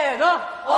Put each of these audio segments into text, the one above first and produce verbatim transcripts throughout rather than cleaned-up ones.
ーの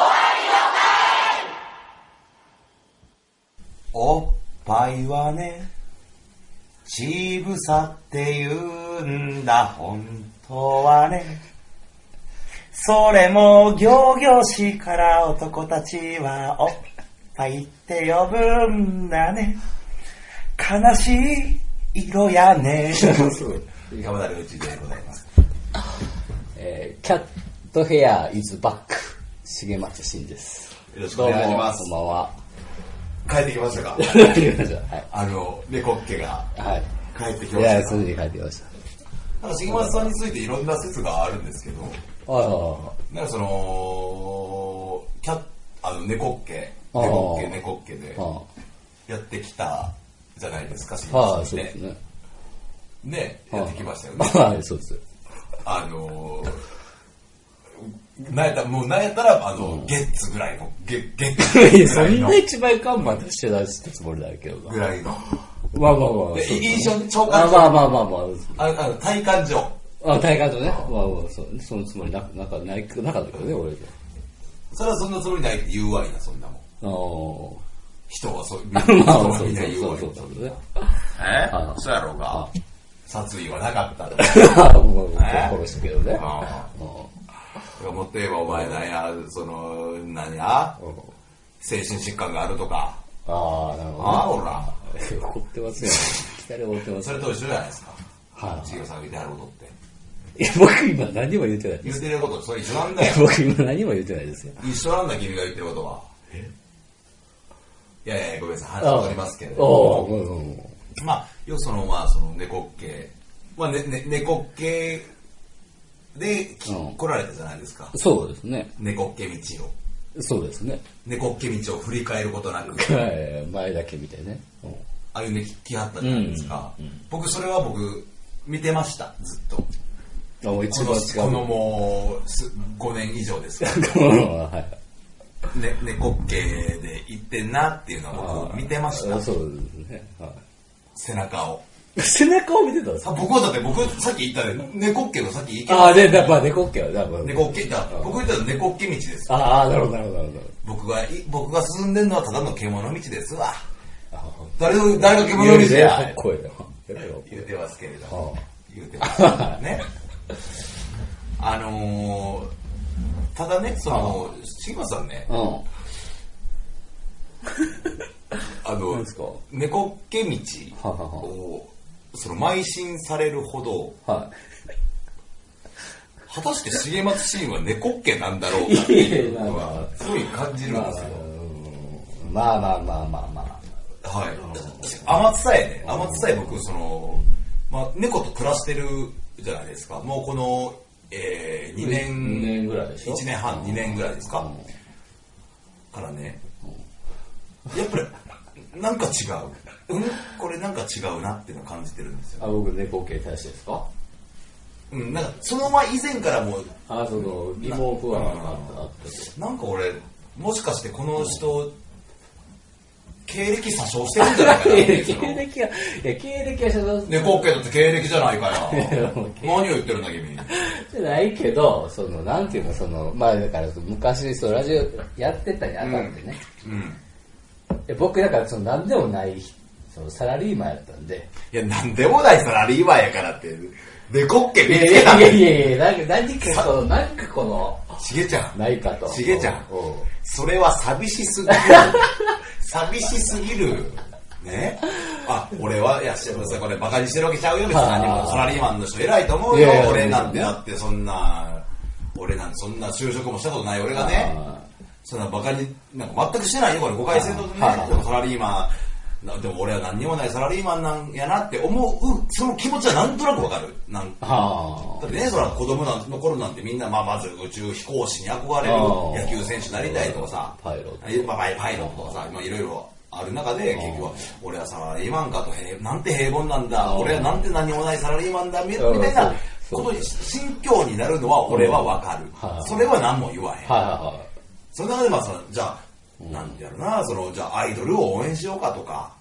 おっぱいはねちぶさって言うんだ本当はねそれも仰々しいから男たちはおっぱいって呼ぶんだね悲しい色やね山田隆一でございます、 えー、キャットヘアイズバック重松慎です。 よろしくお願いします。 こんばんは。 帰ってきましたか帰ってきました。はい。 あの猫っけが帰ってきましたか、 はい、いやすぐに帰ってきました。 なんか重松さんについていろんな説があるんですけど、 ああなんかそのキャあの猫っけ猫っけ猫っけでやってきたじゃないですか、重松さんね。ねねやってきましたよね。 はい、そうです。 あのなんやったもうなんやったらあの、うん、ゲッツぐらいのゲゲッツぐらいのそんな一枚看板として出したつもりだけどぐらいのまあまあまあ印象超感情まあまあまあまあああの体感上あ体感上ねまあまあそそのつもりななかないなかったけどね俺でそれはそんなつもりないって言うわいなそんなもんあ人はそうまあそうそうそうそうそうねえそうやろうか殺意はなかったもう殺したけどねもっと言えばお前なんやその何や精神疾患があるとかああなるほど、ね、 ああほら怒ってますよ期待怒ってますそれと一緒じゃないですかはい千代さんが言ってはることっていや僕今何も言ってないです言ってることそれ一緒なんだよ僕今何も言ってないですよ一緒なんだ君が言ってることはえいやいやごめんなさい話戻りますけれども、うんうん、まあよそのまあその猫っけまあねね猫っけで、うん、来られたじゃないですか。 そうですね。 猫っけ道を。 そうですね。 猫っけ道を振り返ることなく。 前だけ見てね。 うん、歩んできはったじゃないですか。うんうん、僕それは僕見てましたずっと。 あもう一番違う。 このもうごねん以上ですから。はい、ね猫っけで行ってんなっていうのは僕見てました。 そうですね。はい、 背中を。 背中を見てたんですか？ 僕はだって僕さっき言ったね猫っけのさっき言ったああでやっぱ猫っけはだ猫っけだ僕言ったら猫っけ道ですああなるほどなるほど僕が僕が進んでるのはただの獣道ですわ誰の誰が獣道や声で言ってますけれど言ってますねあのー、ただねその慎吾さんねあの猫っけ道をその邁進されるほど、はい、果たして重松慎は猫っけなんだろうかっていうのはすごい感じるんですよ。 まあまあまあまあまあ。はい。天津さえね、天津さえ僕そのまあ猫と暮らしてるじゃないですか。もうこの、えー、にねん、 にねんぐらいでしょ。 いちねんはん、にねんぐらいですか。うん、からね、やっぱりなんか違う。うん、これなんか違うなっていうのを感じてるんですよ。 あ、僕猫系に対してですか？ うん、なんかその前以前からもうあ、その疑問不安があったってなんか俺もしかしてこの人、うん、経歴詐称してるんじゃないかな経歴はいや経歴は詐称猫系だって経歴じゃないかよ何を言ってるんだ君じゃないけどそのなんていうのそのまあだから昔そうラジオやってたにあたってね、うんうん、僕だからその何でもない人そのサラリーマンやったんでいやなんでもないサラリーマンやからって猫っけ見つけたいやいやいやなんか何かこのなんかこのしげちゃんないかとしげちゃんそれは寂しすぎる寂しすぎるねあ俺はいやこれバカにしてるわけちゃうよ別に何もサラリーマンの人偉いと思うよ俺なんてだってそんな俺なんてそんな就職もしたことない俺がねそんなバカになんか全くしてないよこれ誤解せんとねサラリーマンでも俺は何にもないサラリーマンなんやなって思うその気持ちはなんとなくわかるなんだってねそら子供の頃なんてみんな、まあ、まず宇宙飛行士に憧れる野球選手になりたいとかさパイロット、 まあ、パイロットとかさいろいろある中で結局は俺はサラリーマンかとなんて平凡なんだ俺はなんて何もないサラリーマンだみたいなことに心境になるのは俺はわかるそれは何も言わへんその中でまあじゃあなんてやるなそのじゃあアイドルを応援しようかとか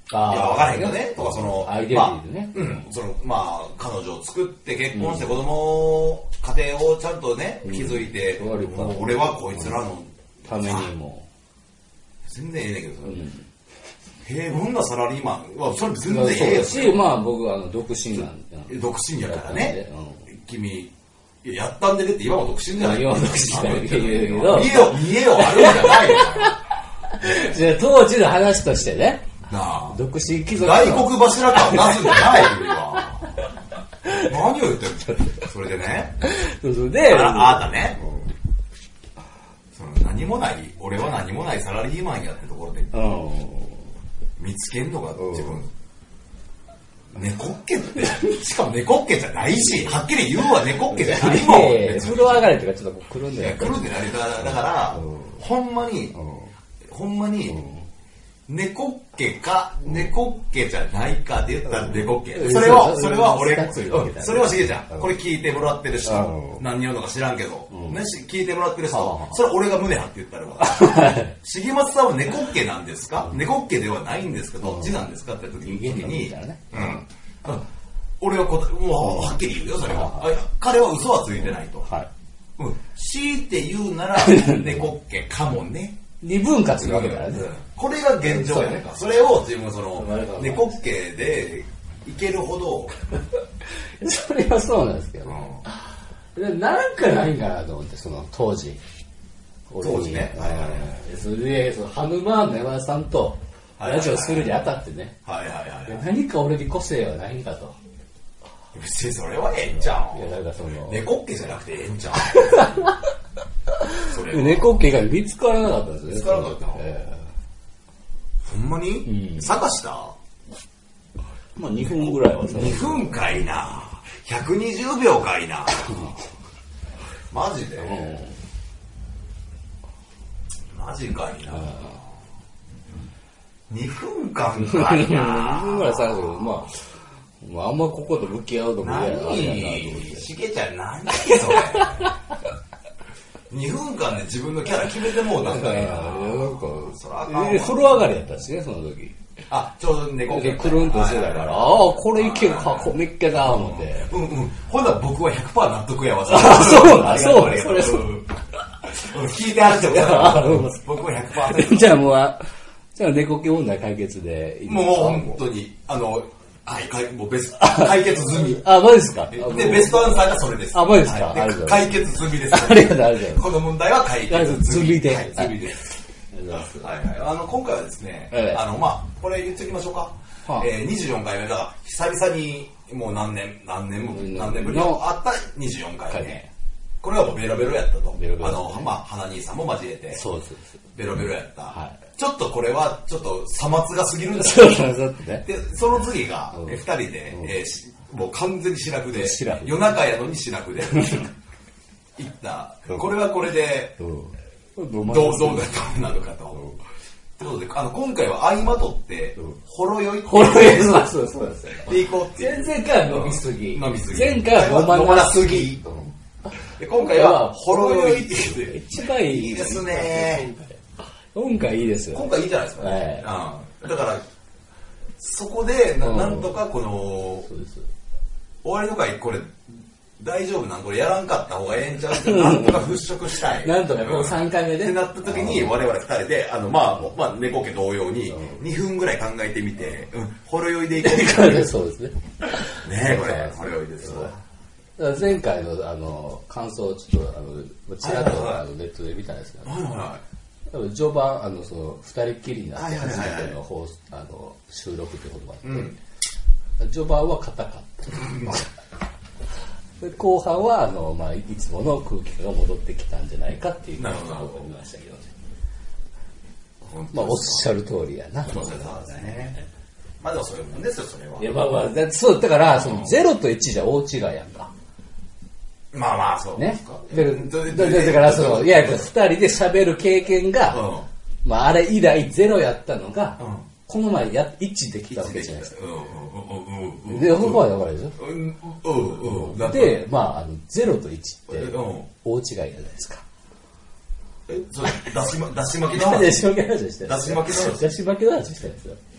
いや、わからへんけどね。とか、その、 アイデンティティね。 まあ、うん。その、まあ、彼女を作って結婚して子供を、家庭をちゃんとね、築いて、もう俺はこいつらのためにも。 全然ええねんけど、平凡なサラリーマンは、それ全然ええよ。 し、まあ僕はあの独身なんで。独身やからね。君、やったんでねって今も独身じゃない。 今も独身じゃないけど。 見えよ、見えよ、あるんじゃないよ。 じゃあ当時の話としてね。 なあ。 独身貴族。 大黒柱感出すんじゃないよ、君は。何を言ってるのそれでね。 そうそうで、 ああなたね。その何もない、俺は何もないサラリーマンやってところで、見つけんのが自分。猫っけって、しかも猫っけじゃないし、はっきり言うわ猫っけじゃないもん。 風呂上がれとかちょっとくるんだよ。 くるんでなりだだから、ほんまに、ほんまに、猫っけか、猫っけじゃないかって言ったら猫っけ。それは、それは俺、それはしげちゃん。これ聞いてもらってる人、何言うのか知らんけど、ね、聞いてもらってる人、それ俺が胸張って言ったらわ。重松さんは猫っけなんですか？猫っけではないんですけど、どっちなんですかって時に、俺は答え、もうはっきり言うよ、それは。彼は嘘はついてないと。強いて言うなら、猫っけかもね。 二分割するわけだからね。 これが現状やねんか。それを自分その猫っけでいけるほど。 それはそうなんですけど。なんかないんかなと思って、その当時。 当時ね。 それで、そのハヌマーンの山田さんとラジオするにあたってね。何か俺に個性はないんかと。 別にそれはええんちゃう。 いや、だからその。 猫っけじゃなくてええんちゃう。 猫っけが見つからなかったんですね。 見つからなかったの、えー、ほんまに、うん、探したまあにふんぐらいはにふんかいな。ひゃくにじゅうびょうかいな。マジで、うん、マジかいな。にふんかんかいな。 にふんぐらい探したけど、まあ、まあ、あんまここと向き合うとこやな。 何しげちゃん何それ。にふんかんで自分のキャラ決めてもうたんだよ。なんか、 そらあかんわ。風呂上がりやったしね、その時。 あ、ちょうど猫でくるんとしてたから、ああ、これいけるか、こめっけだ、思って。 うんうん。ほんなら僕は ひゃくパーセント 納得やわ。 あ、そうだ、そうだ、それそう。 聞いてあるってこと僕は ひゃくパーセント。 じゃあもう、じゃあ猫系問題解決でいいですか？もう本当に、あの、はい、もうベスト、解決済み。 あ、マジですか？ で、ベストアンサーがそれです。 あ、マジですか？ 解決済みです。 ありがとう、ありがとう。 この問題は解決済みで。 済みです。はいはい。あの、今回はですね、あの、まあ、これ言っておきましょうか。えー、にじゅうよんかいめだから、久々に、もう何年、何年も、何年ぶりのあったにじゅうよんかいめ。これはもうベロベロやったと。あの、まあ、花兄さんも交えて。 そうです。 ベロベロやった。ちょっとこれは、ちょっと、さまつが過ぎるんだで、その次が、二人で、えー、もう完全に白くで、夜中やのに白くで、行った。これはこれで、どう、どうなるかと。ということで、あの、今回は合間取って、ほろ酔い。 ほろ酔い、そうそうです。 で、行こうっていう。 前々回は飲みすぎ。 飲みすぎ。 前回は飲まなすぎ。 で、今回は、ほろ酔いっていう。 一番いいですね。 今回いいですよ。 今回いいじゃないですかね。だから、そこで、なんとかこの、終わりの回、これ、大丈夫なんこれやらんかった方がええんちゃうって、なんとか払拭したい。 なんとかこうさんかいめで。 ってなった時に、我々二人で、あの、まあ、まあ、猫家同様に、にふんぐらい考えてみて、うん、ほろ酔いでいこう。 そうですね。 ねえ、これ、ほろ酔いですわ。 前回のあの感想をちょっとあのちらっとネットで見たんですけど、序盤あのその二人きりになって初めての放あの収録ということもあって、序盤は硬かったで後半はあの、まあ、いつもの空気が戻ってきたんじゃないかっていうことを見ましたけどね。まあおっしゃる通りやな。 そうですね。まあでもそういうもんですよ、それは。 いやまあまあだそうだからそのゼロといちじゃ大違いやんか。 まあまあそうね。だからそのいや二人で喋る経験が、うん、まああれ以来ゼロやったのが、うん、この前やいちできたわけじゃないですか。でほぼはだからでしょ。でまああのゼロといちって大違いじゃないですか。 えそれだしまだし巻きの話。 だし巻きの話してる。 だし巻きの話。 だし巻きの話してるんですよ。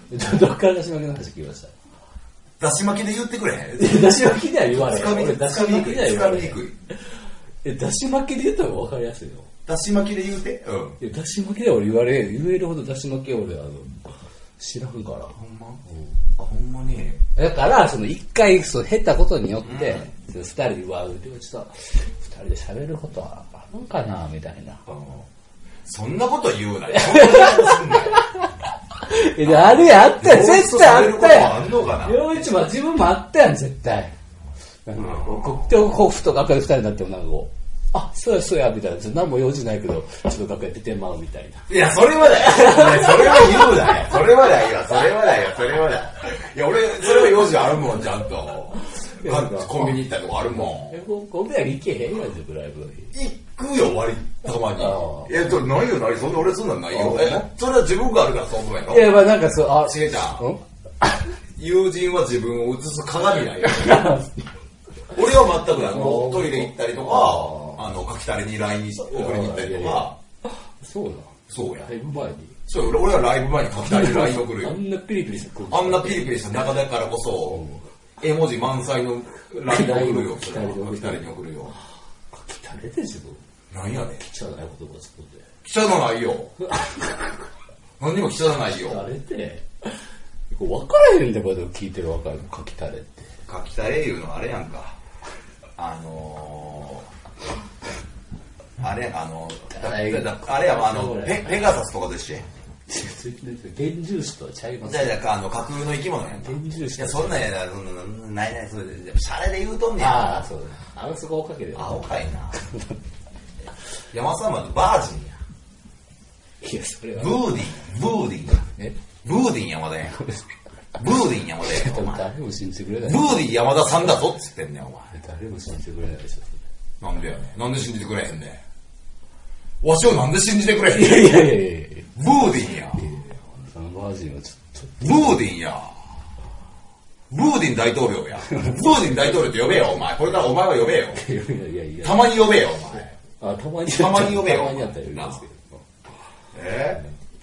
どっからだし巻きの話聞きましただし巻きで言ってくれへん。だし巻きでは言われへん。 俺だし巻きでは言われへん。 つかみにくい。 え、だし巻きで言った方が分かりやすいよ。 だし巻きで言うてうん。 だし巻きでは俺言われへん。言えるほどだし巻きは俺、あの、知らんから。ほんま、うん、あ、ほんまに。 だから、その一回、そう、減ったことによって、二、うん、人で、うわ、でもちょっと、二人で喋ることはあるんかな、みたいな。 うん、そんなこと言うなよ。そんなことすんなよ。 え、あるやん、あったやん、絶対あったやん。 あんのかな。 陽一も自分もあったやん、絶対。なんかこう、こう、ふと楽屋で二人になってもなんかこう、あ、そうやそうや、みたいな。何も用事ないけど、ちょっと楽屋出てまうみたいな。 いや、それはだよ。それは言うなよ。それはだよ。それはだよ。それはだよ。いや、俺、それは用事あるもん、ちゃんと。コンビニ行ったとこあるもん。 え、コンビニ行けへんやん、ライブ。 行くよ、割たまに。え、それないよ、ない。そんな俺そんなんないよ。え、それは自分があるからそう思うやろ。 いや、まあなんかそう、あ、 しげちゃん。友人は自分を映す鏡なんよ。俺は全くない。もうトイレ行ったりとか、あの、かきたれに ライン 送りに行ったりとか。 そうだ。 そうや。 ライブ前に。 そう、俺はライブ前にかきたれに ライン 送るよ。 あんなピリピリした。 あんなピリピリした中だからこそ、絵文字満載の ライン 送るよ。かきたれに送るよ。 かきたれで自分なんやねん。 汚い言葉作って。 汚ないよ。何にも汚ないよ。 かきたれって。分からへんで、これで聞いてる分かる。かきたれって。 かきたれいうのはあれやんか。あのー、あれやんか、あの、あれやんか、あの、ペペガサスとかでしょ。 原獣種とはちゃいます。 じゃあ、じゃあ、あの、架空の生き物やんか。 原獣種。 いや、そんなんやな、そんな、ないない、それで、シャレで言うとんねん。 ああ、そうだ。あのそこをかけてる。 青かいな。山さんはバージンや。 いや、それは。 ブーディン、ブーディン。えブーディン山田や。ブーディン山田や。お前。 誰も信じてくれない。 ブーディン山田さんだぞっつってんねん、お前。 誰も信じてくれないでしょ。なんでやねん。なんで信じてくれへんねん。わしをなんで信じてくれへんねん。 いやいやいやいやブーディンや。 そのバージンはちょっと。 ブーディンや。ブーディン大統領や。ブーディン大統領って呼べよ、お前。これからお前は呼べよ。 いやいやいや。 たまに呼べよ、お前。 あ、たまに。 たまに呼べよ。 たまにやったら呼びますけど。 え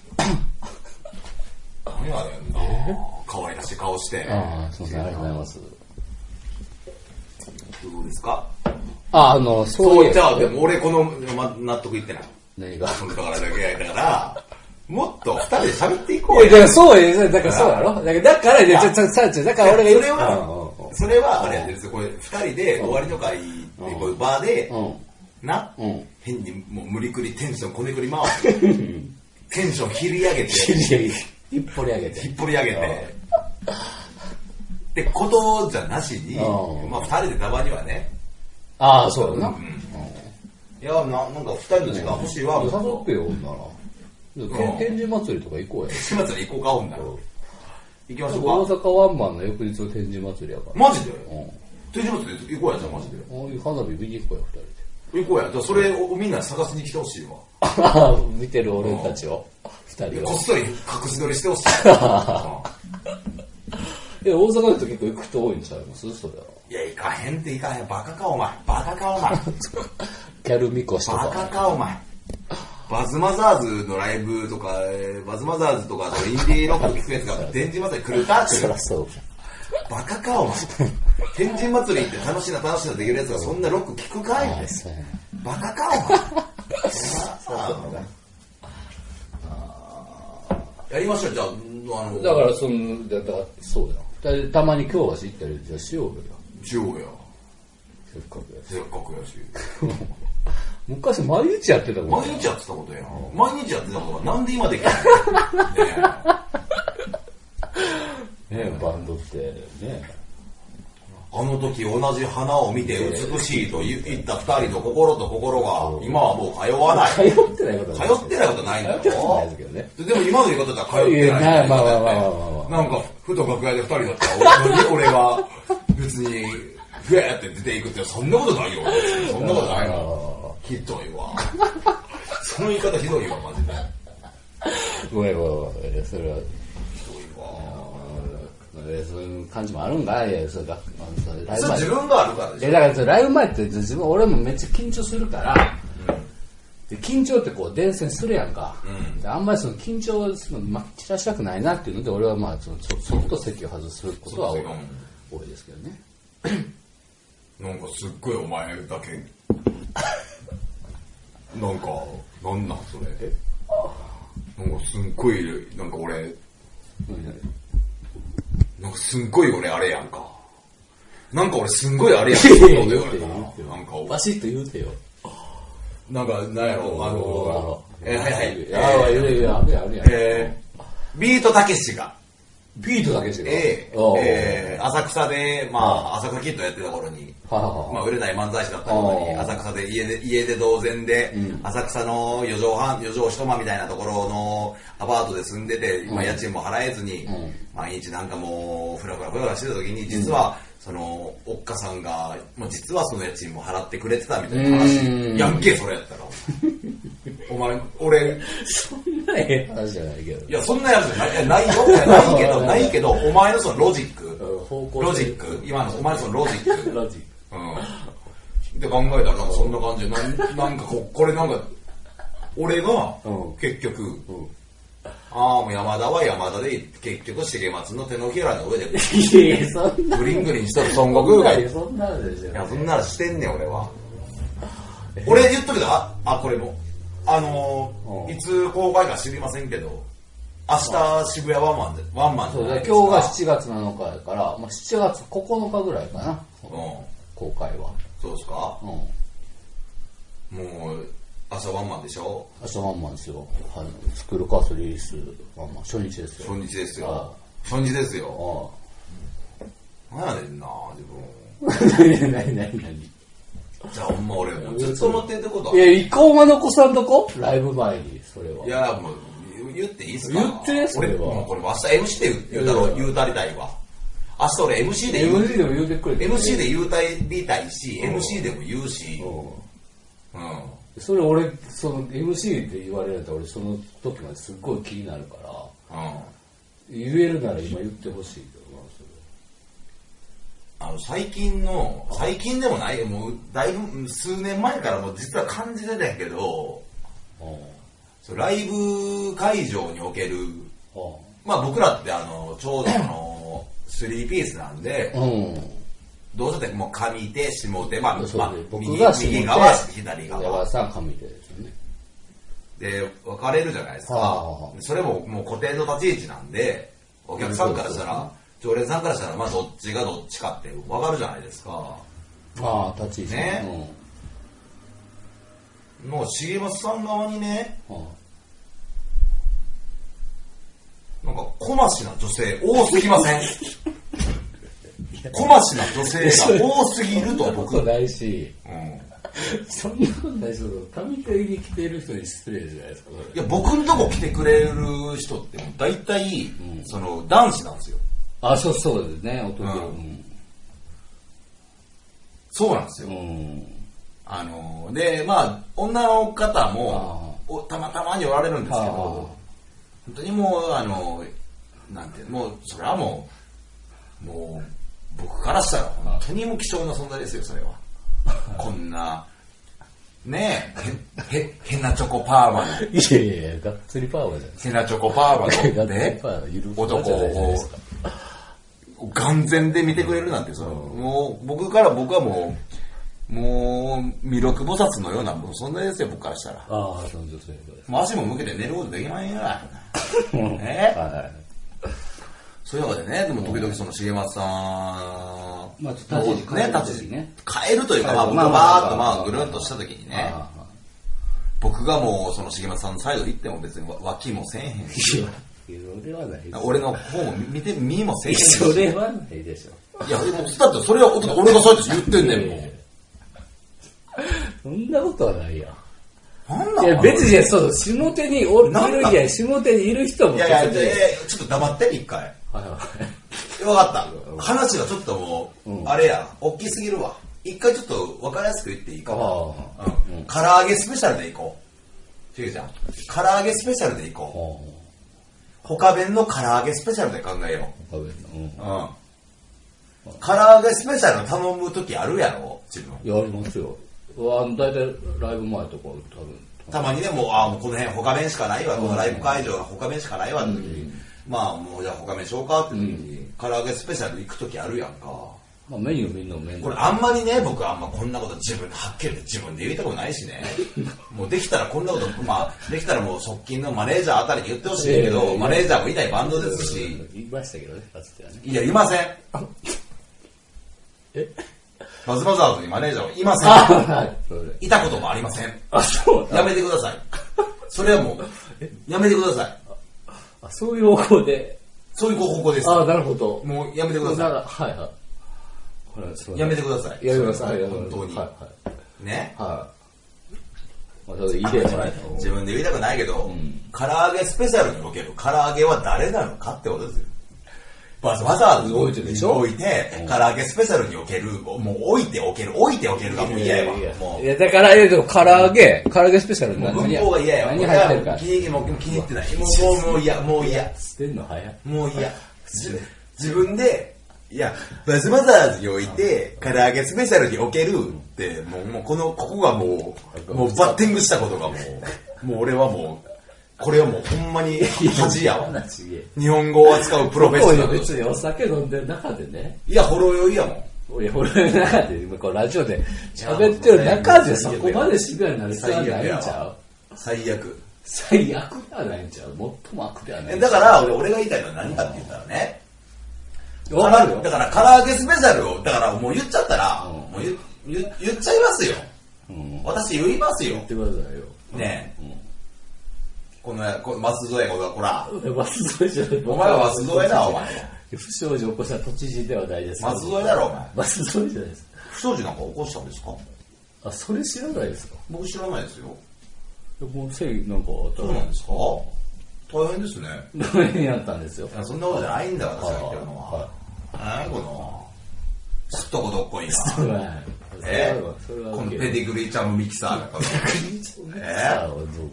何やねんな。可愛らしい顔して。 ああ、すみません、ありがとうございます。 どうですか？ あ、あの、 そうじゃあ、でも俺この、ま、納得いってない。 何が？ だからだけだから、もっと二人で喋っていこうよ。 いや、だからそうや、だからそうやろ？だから、だから、ちょ、ちょ、ちょ、ちょ、だから俺が言う。それは、それは、あれやですよ、これ、二人で終わりの会ってこういうバーで、な、変にもう無理くりテンションこねくり回って、テンション切り上げて、 ひっぽり上げて。 ひっぽり上げて。ってことじゃなしに、まあ二人でたまにはね。 ああ、そうだな。 いや、な、なんか二人の時間欲しいわ。 誘ってよ、ほんなら。天神祭りとか行こうや。 天神祭り行こうか、ほんなら。行きましょうか。 大阪ワンマンの翌日の天神祭りやから。 マジで？天神祭り行こうや、じゃあマジで。 花火見に行こうや、二人で。行こうや。じゃあそれをみんな探しに来てほしいわ。見てる俺たちを。二人を。 こっそり隠し撮りしてほしい。 え、大阪の人結構行く人多いんちゃいますそれは。 いや、行かへんって行かへん。バカかお前。バカかお前。 ギャルミコシとか。 バカかお前。バズマザーズのライブとか、バズマザーズとか、インディーロック聞くやつが天神祭り来るかってそらそう。 バカかお前。天神祭りって楽しいな楽しいなできるやつがそんなロック聞くかいってバカかお前。やりましょう、じゃあ、あの。 だから、その、だから、そうだよ。たまに京橋行ったり、じゃあしようよ。 しようや。 せっかくやし。 せっかくやし。 昔毎日やってたこと毎日やってたことや。毎日やってたことはなんで今できないねえ、バンドってね。 あの時同じ花を見て美しいと言った二人の心と心が今はもう通わない。 通ってないこと通ってないことないんだよ。 通ってないですけどね。 でも今の言い方だったら通ってない。 まあまあまあまあまあ。 なんか、ふと楽屋で二人だったら、俺が別に、ふえって出ていくって、そんなことないよ。そんなことないの。ひどいわ。その言い方ひどいわ、マジで。 ごめんごめんごめん。それは。 ひどいわ。 そういう感じもあるんかいや、それが。 それ自分があるからでしょ。 だからライブ前って自分、俺もめっちゃ緊張するから、 で緊張ってこう伝染するやんか、 うん、 であんまりその緊張をまき散らしたくないなっていうので俺はまあそのそそっと席を外すことは多いですけどね。 なんかすっごいお前だけなんかなんなんそれなんかすっごいなんか俺なんかすっごい俺あれやんかなんか俺すんごいあれやんかなんかバシッと言うてよなんかなんやろあのー、えー、はいはいああ、いるいる、あるやん、あるやん。 えー、ビートたけしが、 ビートたけしが、 えーえー、浅草で、まあ、浅草キッドやってた頃に、まあ、売れない漫才師だった頃に、浅草で家で、家で同然で、うん、浅草の四畳半、四畳一間みたいなところのアパートで住んでて、まあ、家賃も払えずに、うん、毎日なんかもう、ふらふらふらしてた時に、実は、うんそのおっかさんが、まあ、実はその家賃も払ってくれてたみたいな話やんけそれやったらお前俺そんなええ話じゃないけどいやそんなやつじゃないいやないよないけどないけどお前のそのロジックロジック今のお前のそのロジックロジックうんで考えたらなんかそんな感じでなんなんかここれなんか俺が結局、うんうんああ、もう山田は山田で、結局、重松の手のひらの上で、 いやいや、そんな。 グリングリンしとる孫悟空が。 そんなでしょ。 いや、そんなのしてんねん、俺は。俺言っとくけど、あ、あ、これも。あのー、いつ公開か知りませんけど、明日渋谷ワンマンで、ワンマンで。 そうだ、今日がしちがつなのかやから、まあ、しちがつここのかぐらいかな。うん。公開は。 そうですかうん。もう、明日ワンマンでしょ明日ワンマンですよ。はい。スクールカーストリリースワンマン。初日ですよ。 初日ですよ。初日ですよ。ああ。何やねんな、自分。何何何何じゃあほんま俺もうずっと思ってんってこといや、一個馬残さんとこライブ前に、それは。 いや、もう、言っていいっすか言ってね、それは。 俺、もうこれ明日 エムシー で言うたろ、言うたりたいわ。明日俺 エムシー で言う。 エムシー でも言うてくれて。 エムシー で言うたりたいし、エムシー でも言うし。 うん。それ俺、その エムシー って言われるんだったら俺その時まですっごい気になるから、うん、言えるなら今言ってほしいけどな、それ。あの、最近の、最近でもない、もうだいぶ数年前からもう実は感じてたんやけど、そうライブ会場における、まあ僕らってあの、ちょうどあの、スリーピースなんで、うんどうせってもう上手、下手、まあ、まあ、右側、左側。 山田さん上手ですよね。 で、分かれるじゃないですか。はあ、それももう固定の立ち位置なんで、お客さんからしたら、常連さんからしたら、まあどっちがどっちかって分かるじゃないですか。 ああ、立ち位置ね。うん、もう重松さん側にね、はあ、なんか小増しな女性多すぎません小増しな女性が多すぎると僕。 そんなことないし、うん、そんなことないし、神手に来てる人に失礼じゃないですか。 いや、僕のとこ来てくれる人って大体、うん、その男子なんですよ。 あ、そうそうですね、男、うんうん、 そうなんですよ。うん、あので、まあ女の方もおたまたまにおられるんですけど、本当にもうあのなんてもうそれはもうもう。僕からしたら本当にもう貴重な存在ですよ、それは。こんな、ねえ、へ、変なチョコパーマの。 いやいやいや、がっつりパーマじゃない。 変なチョコパーマの、ね、男を、眼前で見てくれるなんて、その、もう、僕から僕はもう、もう、弥勒菩薩のような、もう存在ですよ、僕からしたら。ああ、その女性です。 もう足も向けて寝ることできませんよ。ねはいそういうわけでね、でも時々その重松さんまあ、立ち位置ね、立ち位置ね。変えるというか、まあ僕がバーッとまあぐるっとした時にね、僕がもうその重松さんのサイド行っても別に脇もせえへんし、 それはない俺の方も見て、見もせえへんし。 それはないでしょ。 いや、でも、だってそれは俺がそうやって言ってんねんもん。 そんなことはないや。 なんなんいや別にそう下手におるいや下手にいる人もいやいやいやちょっと黙って一回。はいはい。分かった。話がちょっともう、うん、あれや大きすぎるわ。一回ちょっと分かりやすく言っていいかな。うん。唐揚げスペシャルでいこう。ちぐちゃん。唐揚げスペシャルでいこう。他弁の唐揚げスペシャルで考えよう。他弁の。うん。うん。唐揚げスペシャル頼む時あるやろ自分。 いやありますよ。あの大体ライブ前とか多分たまにね、もう、ああ、もうこの辺他弁しかないわ、このライブ会場が他弁しかないわって時に、まあもうじゃあ他弁しようかって時に、唐揚げスペシャル行く時あるやんか。 まあメニューみんなメニュー。 これあんまりね、僕あんまこんなこと自分ではっきり自分で言いたことないしね。もうできたらこんなこと、まあ、できたらもう側近のマネージャーあたりに言ってほしいけど、マネージャーもいないバンドですし。 言いましたけどね、かつてはね。 いや、いません。 えバズバザーズにマネージャーはいません。 はい。 いたこともありません。 あ、そうやめてください。それはもう、やめてください。 あ、そういう方向で。 そういう方向です。 あ、なるほど。 もうやめてください。 はいはい。 やめてください。 やめてください。 本当に。 はいはい。 ね。 はい。まあ、いい例じゃないと。 自分で言いたくないけど、唐揚げスペシャルにおける唐揚げは誰なのかってことですよ。わざわざ置いて、置いて、唐揚げスペシャルにおける、もう置いておける、置いておけるがもう嫌やわ。もう。 いや、だから、え、でも唐揚げ、唐揚げスペシャルもう文法が嫌やわ。 何入ってるか。 気に入ってない。もう、もう嫌、もう嫌。 捨てんの早い。 もう嫌。自分で、いや、バズマザーズにおいて、唐揚げスペシャルにおけるって、もう、もうこの、ここがもう、もうバッティングしたことがもう、もう俺はもう、これはもうほんまに恥やわ。日本語を扱うプロフェッショナル。 別にお酒飲んでる中でね。 いや、ほろ酔いやもん。いや、ほろ酔いの中で、今こうラジオで喋ってる中でそこまでシビアになる必要はないんちゃう？ 最悪。 最悪ではないんちゃう？最も悪ではない。 だから俺、俺が言いたいのは何かって言ったらね。 わかるよ。 だから唐揚げスペシャルを、だからもう言っちゃったら、もう言っちゃいますよ。私言いますよ。 言ってくださいよ。 ねえ。この、この、マス添え、こら。 マス添えじゃない。 お前はマス添えだ、お前。 不祥事起こした都知事ではないです。 マス添えだろ、お前。 マス添えじゃないです。 不祥事なんか起こしたんですか？ あ、それ知らないですか？ 僕知らないですよ。 もうせい、なんか、 そうなんですか？大変ですね。 大変やったんですよ。 そんなことじゃないんだ、私が言ってるのは。はい、この、すっとこどっこいな。えこのペディグリーチャムミキサーが。え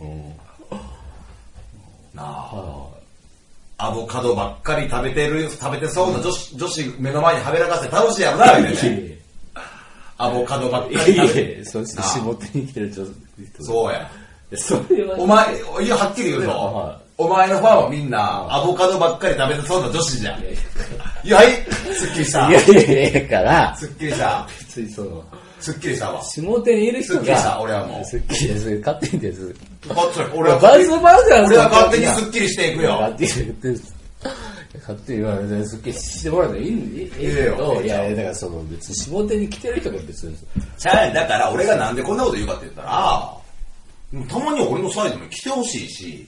なあ、アボカドばっかり食べてる、食べてそうな女子、女子目の前にはべらかせて楽しいやろな、みたいな。アボカドばっかり食べてる。 そうして絞ってに来てる女子。 そうや。 それは。 お前、いや、はっきり言うと、お前のファンはみんな、アボカドばっかり食べてそうな女子じゃん。いや、はい、すっきりした。 いやいやいや、から、 すっきりした。 別にその、 すっきりしたわ。 下手にいる人が、 すっきりした、俺はもう。 すっきりです、勝手にです。 俺はバズバズ俺は勝手にすっきりしていくよ。 勝手に言ってる。勝手に言われて、すっきりしてもらうのいいいいけど、いや、だからその別に下手に来てる人が別に。 ちゃうだから俺がなんでこんなこと言うかって言ったら、たまには俺のサイズも来てほしいし。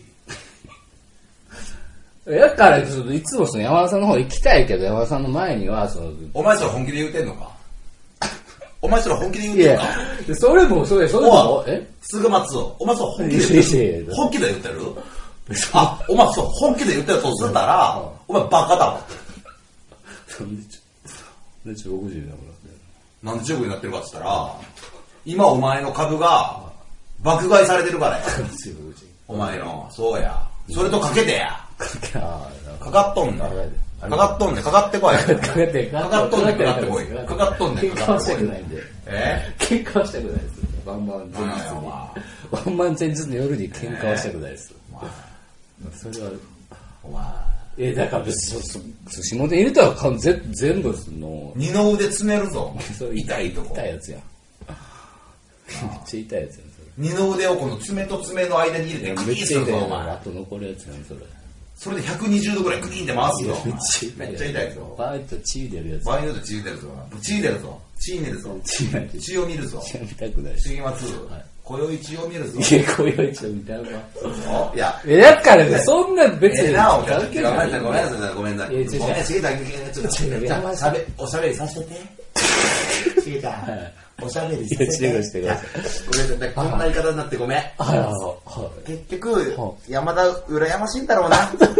だから、いつもその山田さんの方行きたいけど、山田さんの前には、その、 お前それ本気で言うてんのかお前それ本気で言うてんのかいや、それも、それ、それも、えすぐ松尾。お前それ本気で言ってる本気で言ってるあ、お前そう本気で言ってるとするなら、お前バカだわ。 なんでちょ、なんで中国人だもんなんで中国になってるかって言ったら、今お前の株が爆買いされてるからや。お前の、そうや。それとかけてや。かかっとんだ。かかっとんねかかってこい。かかってかかっとんねかかってこい。かかっとんね喧嘩はしたくないんで。 え喧嘩はしたくないです。ワンマン前日に。ワンマン前日の夜に喧嘩はしたくないです。それは、 お前。 え、だから別に、そ、そ、下手に入れたら全全部の。 二の腕詰めるぞ。痛いとこ。 痛いやつや。めっちゃ痛いやつやん。 二の腕をこの爪と爪の間に入れてクリーンするぞ、お前。 あと残るやつやん、それ。 それでひゃくにじゅうどぐらいクリーンって回すぞ。 めっちゃ痛い。 めっちゃ痛いぞ。 場合と血出るやつ。 場合によって血出るぞ。血出るぞ。血出るぞ。血を見るぞ。 血見たくない。 血がつ。今宵血を見るぞ。 いや、今宵血を見たくない。 いや、 え、だからね、そんな別に。 えな、お前。ごめんなさい、ごめんなさい、ごめんなさい。 え、違う、違う。 ちょっと、じゃあ、しゃべ、おしゃべりさせてて。違うか。おしゃべりさせて。 違う、してください。 ごめんなさい、こんな言い方になってごめん。結局、山田、羨ましいんだろうな。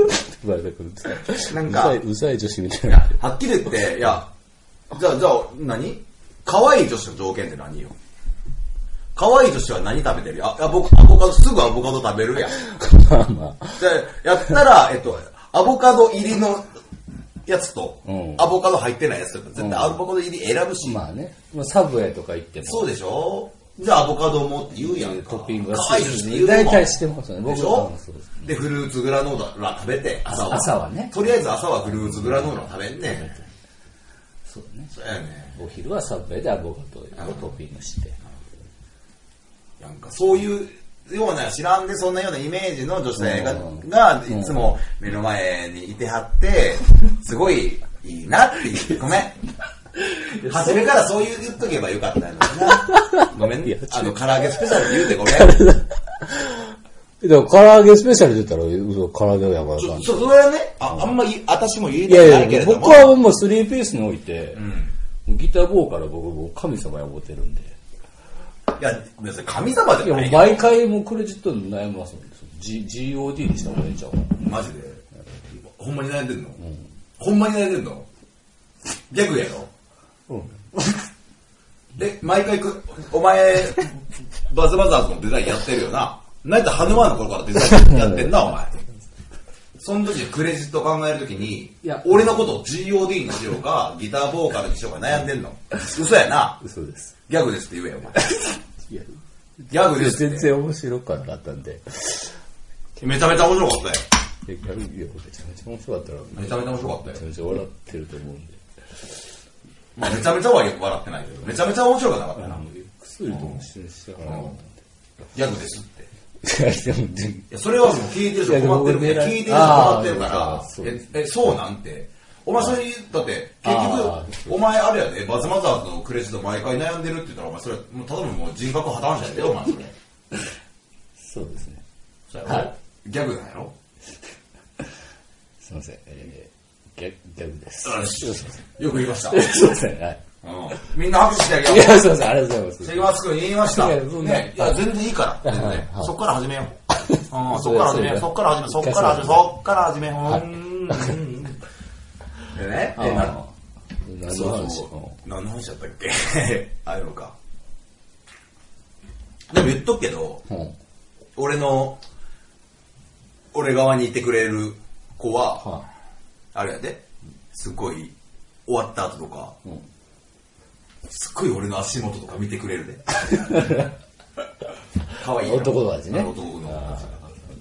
なんか、 うざい女子みたいな。 はっきり言って、いや、じゃあ、じゃあ、何可愛い女子の条件って何よ可愛い女子は何食べてるよあ、僕、アボカド、すぐアボカド食べるやん。 まあまあ。 じゃあ、やったら、えっと、アボカド入りのやつと、うん、アボカド入ってないやつとか、絶対アボカド入り選ぶし。 まあね。まあ、サブウェイとか行っても。 そうでしょじゃあアボカドもって言うやんか。 トッピングが可愛いって言うもん。 大体してますよね。 でしょで、フルーツグラノーラ食べて、朝は。 朝はね。 とりあえず朝はフルーツグラノーラ食べんね。 そうだね。 そうやね。 お昼はサブウェイでアボカドをトッピングして。 なんかそういうような知らんでそんなようなイメージの女性が、がいつも目の前にいてはって、すごいいいなって言う。ごめん。初めからそういう言っとけばよかったのにな。ごめんね。あの、唐揚げスペシャルで言うてごめん。 でも、唐揚げスペシャルで言ったら、嘘、唐揚げを山田さん。 そう、それはね、あ、あんまり、私も言えてないけれども。 僕はもうスリーピースにおいて、うん、ギターボーカル僕、僕神様や思ってるんで。 いや、別に神様じゃない。 いや、毎回もうクレジットに悩みますもん。G、ジーオーディー にした方がいいんちゃうマジでほんまに悩んでんの、うん、ほんまに悩んでんのギャグやろうん。で、毎回く、お前、バズバザーズのデザインやってるよな。なんやったらハヌマーの頃からデザインやってんな、お前。その時クレジット考えるときに、俺のことを ジーオーディー にしようか、ギターボーカルにしようか悩んでんの。嘘やな。 嘘です。 ギャグですって言えよ、お前。ギャグですって。 全然面白かったんで。 めちゃめちゃ面白かったよ。 いや、ギャグ、いや、めちゃめちゃ面白かったら。 めちゃめちゃ面白かったよ。 めちゃめちゃ笑ってると思うんで。 まあ、めちゃめちゃは笑ってないけど、めちゃめちゃ面白くなかったな。 薬とも一緒にしたから。 ギャグですって。 いや、それはもう聞いてる人困ってるから、聞いてる人困ってるから、え、え、そうなんて。お前それ、だって、結局、お前あれやで、バズマザーズのクレジット毎回悩んでるって言ったら、お前それ、もうただのもう人格破綻者やでよ、お前それ。 そうですね。 そうやろ、ギャグなんやろすいません、えー、ギャギャグです。 よく言いました。 すいません、はい。 うん、みんな拍手してあげよう。 いや、すいません、ありがとうございます。 関松くん言いました。ね、いや、全然いいから。全然ね、そっから始めよう。うん、そっから始めよう。そっから始めよう。そっから始めよう。そっから始めよう。でね、え、な、 何の話何の話だったっけあるのか。でも言っとくけど、俺の、俺側にいてくれる子は、あれやで、すっごい、終わった後とか、すっごい俺の足元とか見てくれるで。可愛い男たちね。 男の子たち。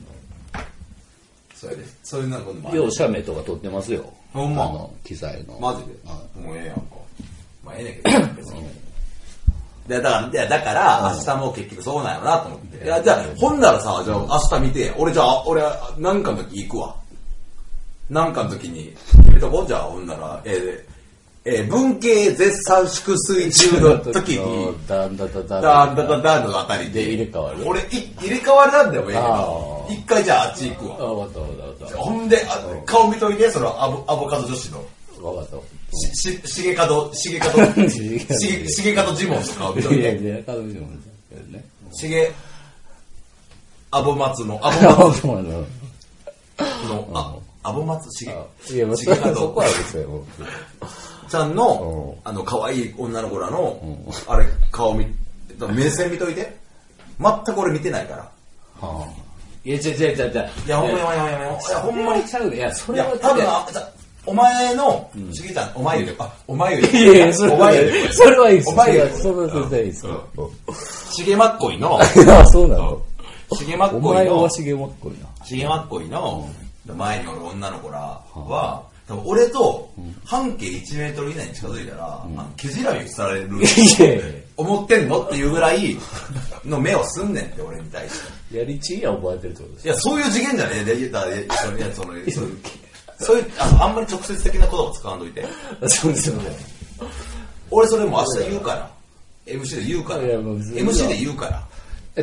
それで、そういうなんかもよう写メとか撮ってますよ。 ほんま。 あの、機材の。 マジで。もうええやんか。まあええねんけど、別に。で、だから、いや、だから、明日も結局そうなんやろなと思って。いや、じゃあ、ほんならさ、じゃあ明日見て、俺じゃあ、俺、なんかの時行くわ。なんかの時に、決めとこうじゃあ、ほんなら、えー、えー、文系絶賛粛水中の時に、 ダンダダダダンダダダンのあたりで、 入れ替わる俺、い入れ替わりなんだよ、ええけど、一回じゃああっち行くわ。 あ、わかったわかったわかった。 ほんで、顔見といて、そのアボ、アボカド女子の。 わかった。 し、し、しげかど、しげかど、しげ、しげかどジモンの顔見といて。 いやいや、カドジモンね。 しげ、アボマツの、アボマツの、あ、アボマツしげ、 いや、しげかど。そこはですよ。 ちゃんの、あの、可愛い女の子らの、あれ、顔見、目線見といて。全く俺見てないから。 はあ。いや、違う違う違う違う。 いや、ほんまにほんまにほんまに。いや、ほんまにちゃうで。いや、それは多分、お前の、しげちゃん、お前よ。あ、お前よ。 いやいや、それは、それはいいっす。 お前よ。 それは全然いいっす。 しげまっこいの、 あ、そうなの。 しげまっこいの、 お前はしげまっこいな。 しげまっこいの、前におる女の子らは、多分俺と半径いちメートル以内に近づいたら、毛じらみされる。思ってんのっていうぐらいの目をすんねんって、俺に対して。 やりちいや覚えてるってことですか？いや、そういう次元じゃねえで、言ったら、その、いや、その、そういう、あの、あんまり直接的な言葉を使わんといて。 そうですよね。 俺それも明日言うから。エムシー で言うから。エムシー で言うから。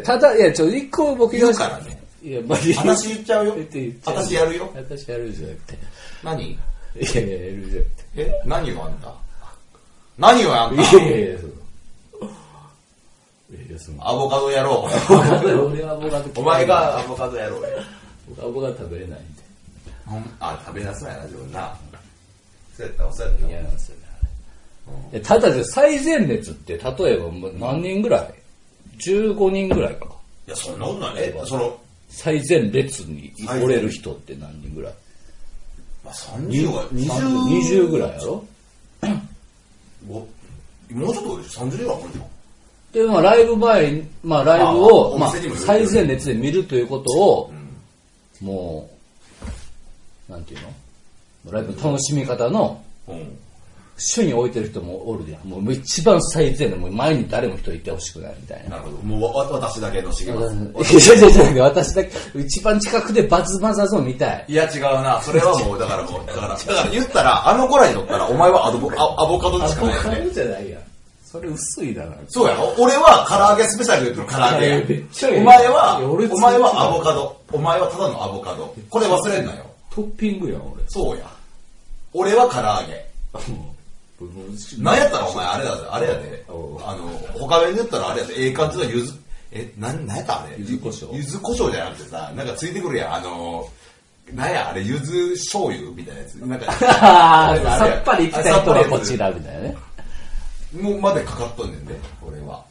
ただ、いや、ちょ、一個僕言うからね。 いや、まあ、 私言っちゃうよ。私やるよ。 私やるじゃなくて。 何？ いやいや、やるじゃなくて。 え？何よ、あんた。何よ、あんた。 いやいやいや、そう。 アボカドやろう。俺はアボカド。 お前がアボカドやろうよ。 僕アボカド食べれないんで。 あ、食べなさいな、自分な。そうやったら、そうやったら。 嫌なんですよね。ただ、最前列って、例えば何人ぐらい ?じゅうご 人ぐらいか。 いや、そんなことないね。その、 最前列におれる人って何人ぐらい？ まあ、さんじゅうは、 にじゅうぐらいやろ？ もうちょっと多いでしょ？さんじゅう人は多いじゃん。 で、まあ、ライブ前、まあ、ライブを、まあ、最前列で見るということを、うん、もう、なんていうのライブの楽しみ方の、うん、主に置いてる人もおるで、もう一番最前で、もう前に誰も人いてほしくないみたいな。 なるほど。もう私だけのしげます。 いやいやいや、私だけ、一番近くでバズバザーズを見たい。 いや違うな。それはもう、だからもう、だから、だから言ったら、あの子らにとったら、お前はアボアボカドしかないよね。 アボカドじゃないやん。それ薄いだな。 そうやろ。俺は唐揚げスペシャルで言ってる唐揚げ。お前は、お前はアボカド。お前はただのアボカド。これ忘れんなよ。 トッピングやん、俺。 そうや。俺は唐揚げ。なんやったらお前あれだぜ、あれやで。あの、他弁で言ったらあれやで、ええ感じのゆず、え、なん、なんやったあれゆず胡椒ゆず胡椒じゃなくてさ、なんかついてくるやん。あの、なんや、あれ、ゆず醤油みたいなやつ。なんか、 さっぱりいきたい人はこちらみたいなね。 もうまでかかっとんねんで、俺は。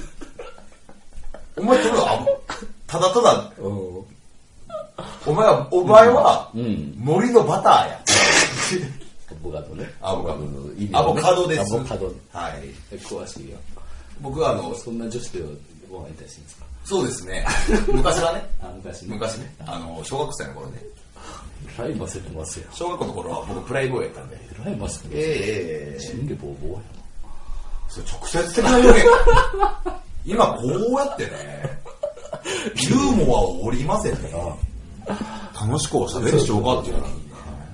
お前ちょっとあ、ただただ、お前は、お前は、森のバターや。 アボカドね。 アボカドの意味、ね。アボカドです。 アボカド。 はい。 詳しいよ。 僕はあの、 そんな女子でご飯いたりしてんですか？ そうですね。昔はね。 あ、昔ね。昔ね。あの、小学生の頃ね。 ライマせてますよ。 小学校の頃は僕プライボーイやったんで。 ライマせてますよ。 ええー。 チンゲボーボーやな。 それ直接的な表現。今こうやってね、ユーモアを織り交ぜて、楽しくおしゃべりしようかっていうのにね。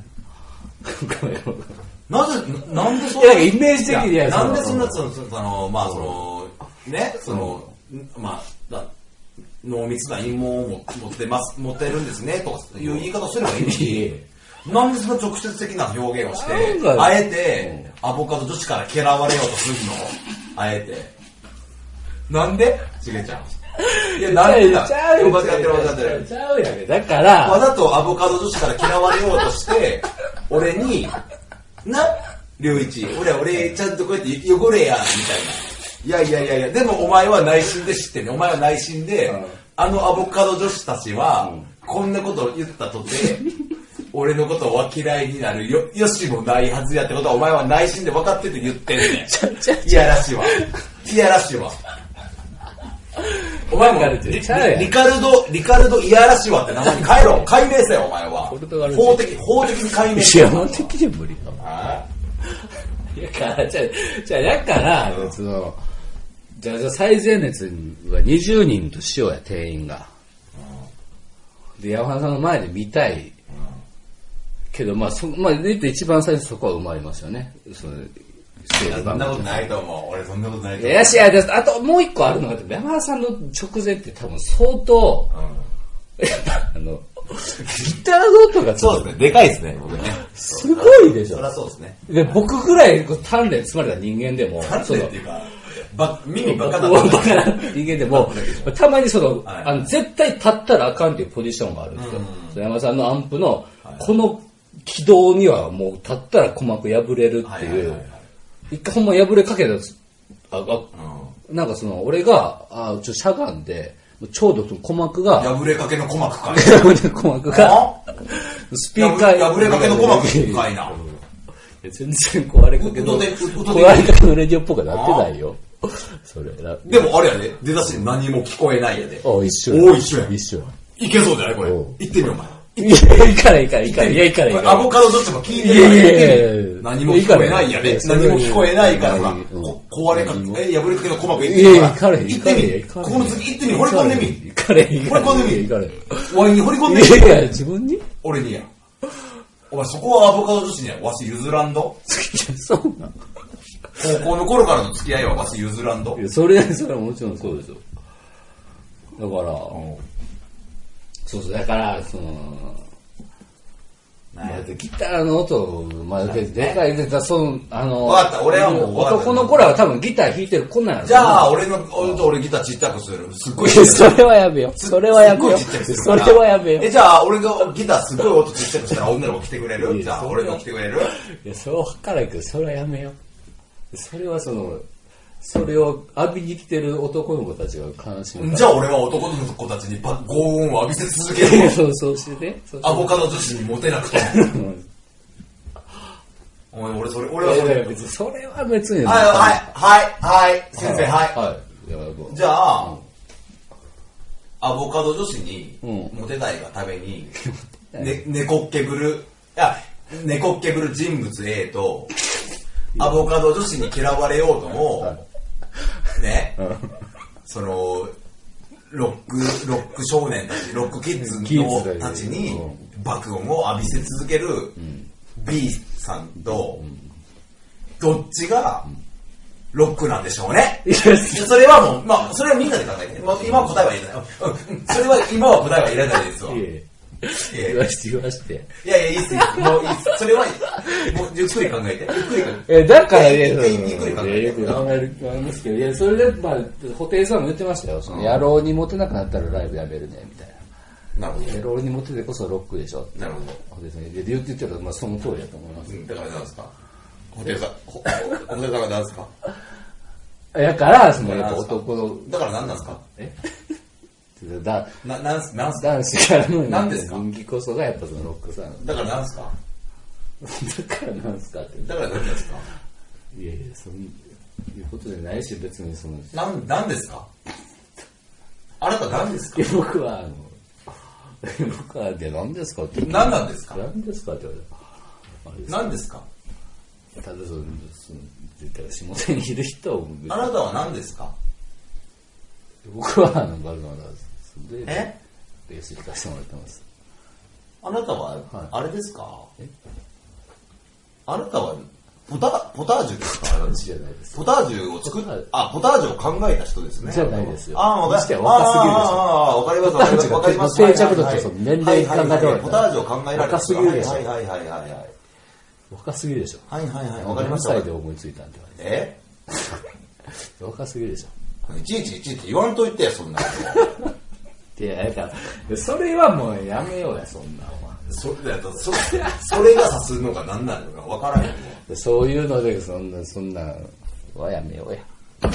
なぜ、なんでそんな、 イメージ的にやなんでそんな、その、まあその、ね、その、まあ、濃密な陰謀を持ってます、持ってるんですね、とかいう言い方すればいいのに、なんでそんな直接的な表現をして、あえて、アボカド女子から嫌われようとするのあえて。なんでしげちゃん。いや、なんでだ。 ちゃうよ。 間違ってる間違ってる。 ちゃうやね。だから。 わざとアボカド女子から嫌われようとして、俺に、な、りょういち、俺、俺、ちゃんとこうやって汚れや、みたいな。いやいやいやいや、でもお前は内心で知ってね。お前は内心で、うん、あのアボカド女子たちは、うん、こんなことを言ったとて、俺のことを嫌いになるよ、よしもないはずやってことはお前は内心で分かってて言ってんねん。いやらしいわ。いやらしいわ。お前もリ、リカルド、リカルドいやらしいわって名前に変えろ。解明せよ、お前は。法的、法的に解明せよ。 いや、法的に無理だ。だから、じゃあ、じゃあ、だから、うん、その、じゃあ、最前列はにじゅうにんとしようや、定員が。うん、で、山田さんの前で見たい。うん、けど、まあ、そ、まあ、言って一番最初そこは埋まりますよね。そのそんなことないと思う。俺そんなことないと思う。 いやしや、あともう一個あるのが、山田さんの直前って多分相当、うん、あの、ギターの音がそうですね。でかいですね、僕ね。 すごいでしょ。 そりゃそうですね。 で、僕ぐらい鍛錬積まれた人間でも、 鍛錬っていうか、ば耳バカだった人間でも、たまにその、はい、あの絶対立ったらあかんっていうポジションがあるんですよ。うん、山田さんのアンプの、この軌道にはもう立ったら鼓膜破れるっていう、一回ほんま破れかけたああ、うん、なんかその、俺が、あちょしゃがんで、ちょうどその鼓膜が、 破れかけの鼓膜かい。 破れ鼓膜が、スピーカー破れかけの鼓膜かいな。 全然壊れかけの、壊れかけのレディオっぽくなってないよ。それ。 でもあれやで、出だし何も聞こえないやで。 お一緒や。 お一緒や。 一緒や。 いけそうじゃないこれ。行ってみよう、お前。 いや、いかないいかないいかない。いや、いかないいかない。 アボカドどっちも聞いてるから。いやいやいや何も聞こえないやで。何も聞こえないからさ、壊れかけ、え、破れかけの鼓膜行ってみよう。 いや、行かれへん。 行ってみ。ここの次行ってみ。掘り込んでみ。 行かれへん。 掘り込んでみ。 行かれへん。 ワインに掘り込んでみ。 いやいや、自分に俺にや。お前そこはアボカド女子にはわし譲らんど。 そうなん高校の頃からの付き合いはわし譲らんど。 いや、それ、それはもちろんそうですよ。だから、そうそう、だから、その、ギターの音、まあ、でかいでた、その、あの、 わかった、俺はもう、 男の子らは多分ギター弾いてる子なんやろ。 じゃあ、俺の、俺と俺ギターちっちゃくする。すっごい。 それはやめよ。それはやめよ。それはやめよ。 え、じゃあ、俺のギターすごい音ちっちゃくしたら女の子来てくれる？じゃあ、俺の来てくれる？ いや、そうわからんけど、それはやめよ。それはその、それを浴びに来てる男の子たちが悲しむ。 じゃあ俺は男の子たちに拷問を浴びせ続ける。 そうそうしてね。 アボカド女子にモテなくても。お前俺それ、俺はそれ。 別にそれは別に。 はい、はい、はい、はい、先生、はい。 はい。 じゃあ、うん、アボカド女子にモテたいがために、うんね、猫っけぶる、いや、猫っけぶる人物 A と、アボカド女子に嫌われようとも、ね、その、ロック、ロック少年たち、ロックキッズのたちに爆音を浴びせ続ける B さんと、どっちがロックなんでしょうね。それはもう、まあ、それはみんなで考えて、まあ、今は答えはいらない。それは、今は答えはいらないですわ。 言わして、言わして。 いやいや、いいっすよ。もういいっす。それは、もうゆっくり考えて。ゆっくり考えて。 え、だからね、 ゆっくり考えて。 よく考えると思いますけど、いや、それで、まあ、布袋さんも言ってましたよ。その、野郎にモテなくなったらライブやめるね、みたいな。 なるほど。 野郎にモテてこそロックでしょ。 なるほど。 布袋さんで言ってたら、まあ、その通りだと思います。 だからなんですか布袋さん、布袋さんがなんですかだから、その、やっぱ男の。 だから何なんですかえだな、なんす、なんす男子からの何ですか人気こそがやっぱそのロックさん。 だからなんすかだからなんすかって。 だから何ですかいやいや、そういうことじゃないし、別にその。 なん、なんですかあなた何ですかいや、僕は、あの、僕は、で、何ですかって。 何なんですか何ですかって言われた。 何ですかただその、その、言ったら下手にいる人を。 あなたは何ですか僕は、あの、バルガーでえベース弾かせてもらってます。 あなたは、あれですか、はい、えあなたは、ポタ、ポタージュですか私じゃないです。 ポタージュを作っ、あ、ポタージュを考えた人ですね。 じゃないですよ。 ああ、わかります。 若すぎるでしょ。ああ、わかります、わかります。わかります。 定着度ってその年齢感がどうやったポタージュを考えられた若すぎるでしょ。 はいはいはいはいはい。 若すぎるでしょ。 はいはいはい。わかりました。 何歳で思いついたんって言われて。え若すぎるでしょ。 いちいちいちいち言わんといてや、そんなこと。 いや、だから、それはもうやめようや、そんなそれだそそれが指すのが何なのか分からへんもん。そういうので、そんな、そんなはやめようや。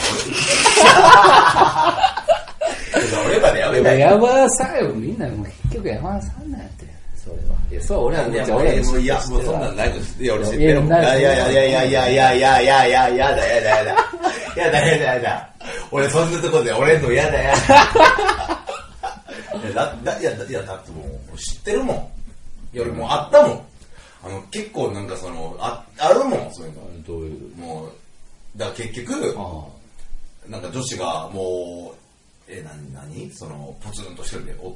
俺までやめたい。 山田さんよ、みんなもう結局山田さんなんやって。それは。いや、そう、俺はめっちゃ俺は。 いや、もうそんなんないの知ってる。俺知ってるもん。いやいやいやいやいやいやいやいやいやいややだやだやだ。やだやだやだ。俺そんなとこで俺のやだやだ。いや、だ、いや、いや、だってもう知ってるもん。いや、俺もうあったもん。あの、結構なんかその、あ、あるもん、そういうの。 どういう。 もう、だから結局、なんか女子がもう、え、なになにその、ポツンと一人でおって、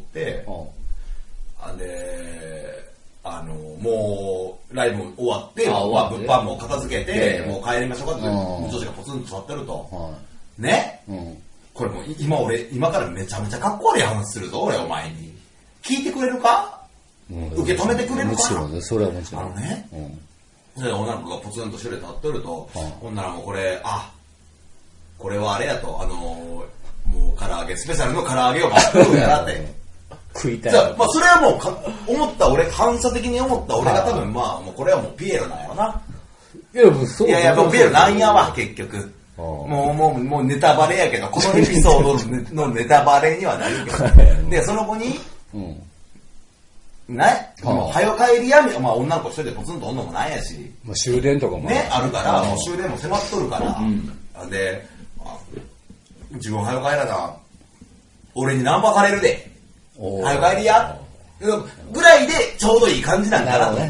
あんで、あの、もう、ライブ終わって、まあ、物販も片付けて、もう帰りましょうかって、女子がポツンと座ってると。ね、うん、これもう今俺、今からめちゃめちゃかっこ悪い話するぞ、俺お前に。聞いてくれるか、うん、受け止めてくれるか。 もちろんね、それはもちろん。 あのね、うん、で女の子がポツンとしてる立っとると、うん、ほんならもうこれ、あ、これはあれやと、あのー、もう唐揚げ、スペシャルの唐揚げを買ってくるやなって。 食いたい。 じゃあ、まあそれはもうか、思った俺、反射的に思った俺が多分、まあもうこれはもうピエロなんやろな。 いや、もうそう。 いやいや、もうピエロなんやわ、結局。もう、もう、もうネタバレやけど、このエピソードのネタバレにはなるけど。で、その子に、うん、ね、もう、早帰りやめ、まあ女の子一人でポツンとおんのもないやし。 まあ終電とかもね、あるから、もう終電も迫っとるから。うん、で、自分早帰らな、俺にナンパされるで。早帰りや。ぐらいでちょうどいい感じなんだなと。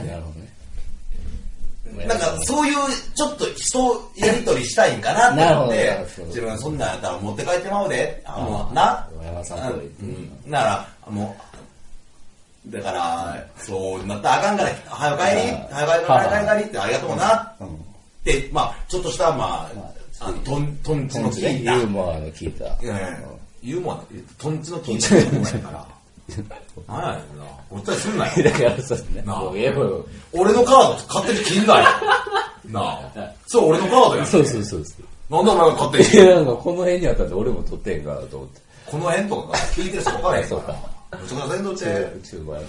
なんかそういうちょっと人やりとりしたいんかなって思って自分そんなんやったら持って帰ってまうであのなならもうだからそうなったらあかんから早帰り早帰り早帰りってありがとうなってまあちょっとしたまあトントンチの効いたユーモアの効いたユーモアトンチの効いたユーモアやから何やねんな。おったりすんなよ。 だからそうね。なあ。 俺のカード勝手に切んなよ。なあ。そう、俺のカードやん。 そうそうそうそう。 なんでお前が勝手に切るの？いや、なんかこの辺にあったんで俺も取ってんかなと思って。 この辺とかが聞いてる人分からへんから。そうか。ちょっと全然って。 中盤。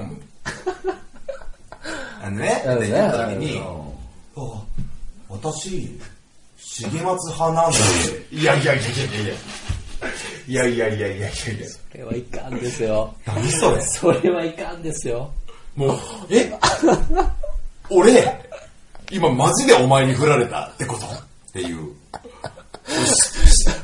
あのね、で、言った時に、私、重松派なんで、いやいやいやいやいや。いやいやいやいやいやいや。 それはいかんですよ。 何それそれはいかんですよ。 もう、え俺、今マジでお前に振られたってことっていう。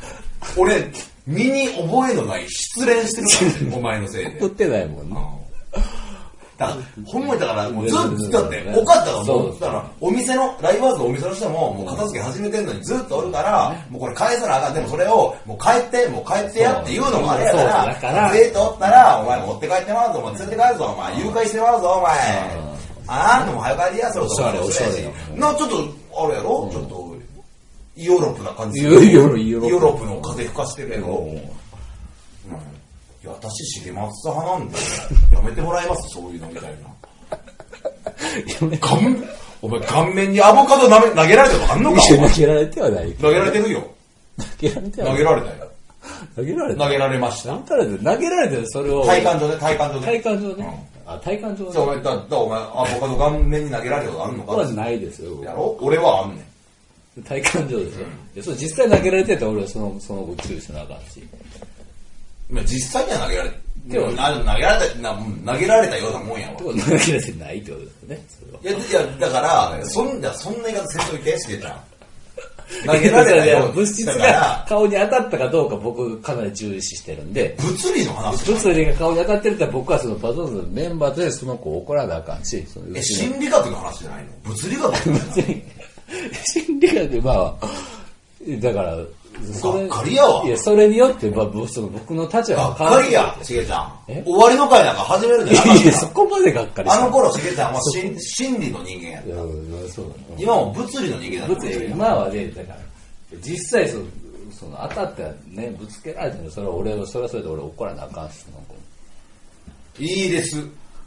俺、身に覚えのない失恋してるから、お前のせいで。 送ってないもんね。 だから、ほんまにだから、もうずっと、だって、おかったらもう、だから、お店の、ライブハウスのお店の人も、もう片付け始めてんのにずっとおるから、もうこれ返さなあかん。でもそれを、もう帰って、もう帰ってやって言うのもあれやから、ずっとおったら、お前持って帰ってまうぞ、お前連れて帰るぞ、お前、誘拐してまうぞ、お前。ああ、でも早帰りや、そろそろ。おしゃれ、おしゃれ。な、ちょっと、あれやろちょっと、ヨーロップな感じ。 ヨーロップの風吹かしてるけど。いや、私、重松派なんで、やめてもらえますそういうのみたいな。顔お前、顔面にアボカド投げられたことあんのか投げられてはない。 投げられてるよ。 投げられてはない。投げられたよ。 投げられた投げられました。 投げられて、それを。 体感上で、体感上で。 体感上で。あ、体感上で。 そう、お前、だ、だ、お前、アボカド顔面に投げられたことあんのかはないですよ。 やろ俺はあんねん。 体感上でしょ。うん、そう実際投げられてたら俺はその、その後注意しなあかんし。 実際には投げられて、でも投げられた、な投げられたようなもんやわ。 投げられてないってことですね、それは。 いや、いや、だから、そんな、そんな言い方せんといて、しげちゃん。投げられたよう物質が顔に当たったかどうか僕かなり注視してるんで。 物理の話物理が顔に当たってるって僕はそのパトロンのメンバーでその子を怒らなあかんし。 え、心理学の話じゃないの物理学の話心理学、まあ、だから、 それ、がっかりやわ。 いや、それによって、まあ、その僕の立場が変わる。がっかりや、しげちゃん。終わりの会なんか始めるんじゃなかった。 いや、そこまでがっかりした。 あの頃、しげちゃんは心理の人間やった。そう今も物理の人間だった。 物理、今はね、だから、実際その、その当たってね、ぶつけられてるそれは俺は、それはそれで俺怒らなあかんし、 いいです。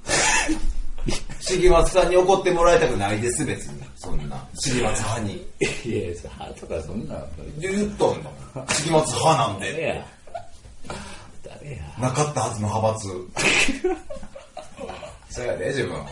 重松さんに怒ってもらいたくないです、別に。そんな。重松派に。 いや、派とかそんな。 言っとんの。重松派なんで。 誰や。誰や。 なかったはずの派閥。そうやで、自分。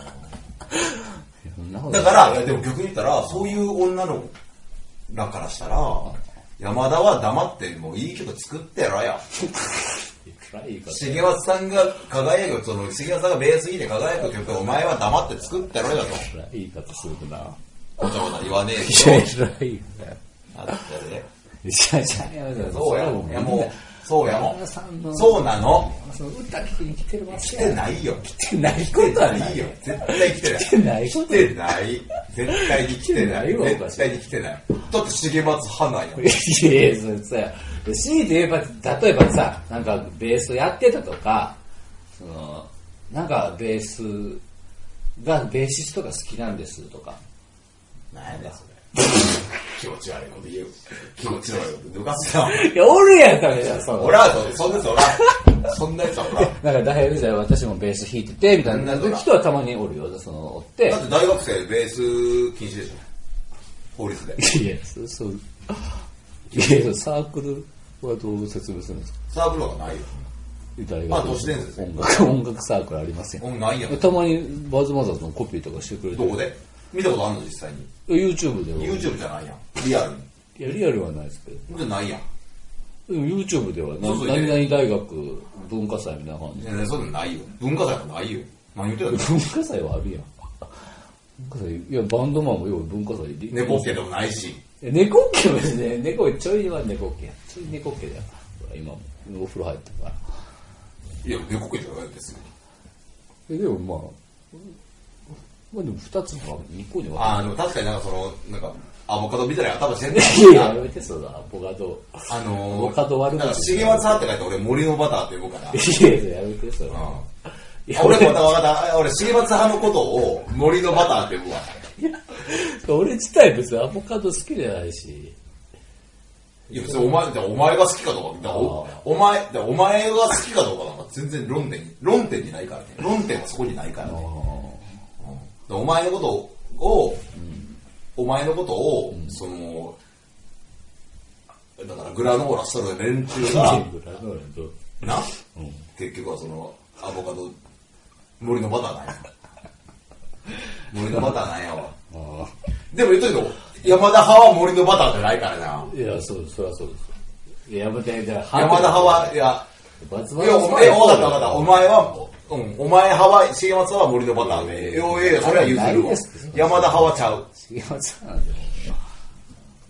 だから、いやでも逆に言ったら、そういう女のらからしたら、山田は黙ってもういい曲作ってやろよ。重松さんが輝く、その重松さんがベース弾いて輝く曲をお前は黙って作ってやろよと。 言い方するな。 ごちゃごちゃ言わねえけど。 いや、いや、いや。 あったね。 いや、いや、いや、 そうやもん。いや、もう、そうやもん。そうなの。 その歌聞きに来てるわけ来てないよ。 来てないことはないよ。絶対来てない。 来てないこと来てない。絶対に来てない。絶対に来てない。だって重松派なんや。 いやいや、それさ、強いて言えば、例えばさ、なんかベースやってたとか、その、なんかベースが、ベーシストが好きなんですとか。 なんやねん、それ。気持ち悪いこと言う。気持ち悪いこと抜かすな。 いや、おるやんか、じゃその。 俺は、そんなやつおらん。そんなやつはおらん。 なんか大学時代私もベース弾いてて、みたいな人はたまにおるよ、その、おって。 だって大学生ベース禁止でしょ。法律で。 いや、そう、そう。いや、サークルはどう説明するんですか？ サークルはないよ。まあ、都市伝説音楽、音楽サークルありません。 うん、ないやん。 たまにバズマザーズのコピーとかしてくれて。 どこで見たことあるの実際に。 YouTube で。 YouTube じゃないやん。リアルに。 いや、リアルはないですけど。 じゃないやん。 でも YouTube では、何々大学文化祭みたいな感じ。 いや、そういうのないよ。文化祭はないよ。何言ってたの？ 文化祭はあるやん。文化祭、いや、バンドマンもよう文化祭で。 猫っけでもないし。 猫っけもですね、猫、ちょいは猫っけや。ちょい猫っけだよ。今も、お風呂入ってるから。 いや、猫っけじゃないですよ。 え、でもまあ、まあでも二つか二個に分かる。 ああ、でも確かになんかその、なんか、アボカドみたいな頭してんねん。いや、やめてそうだ、アボカド。 あのー、 アボカド悪口。 だから、重松派って書いて俺森のバターって呼ぶから。 いや、やめてそうだ。 俺もまた分かった。俺、重松派のことを森のバターって呼ぶわ。 俺自体別にアボカド好きじゃないし。 いや、別にお前、お前が好きかどうか、お, お前、お前が好きかどうかなんか全然論点に、論点にないからね。論点はそこにないからね。うん、お前のことを、うん、お前のことを、うん、その、だからグラノーラしとる連中が、な、うん、結局はその、アボカド、森のバターなんや。森のバターなんやわ。でも言っとくけど、山田派は森のバターじゃないからな。 いや、そうです、そりゃそうです。いや、山田派は、いや、バツバツ。いや、お前、わかったわかった。お前は、うん、お前派は、重松は森のバターで。いやいや、それは譲るわ。山田派はちゃう。 重松なんだよ。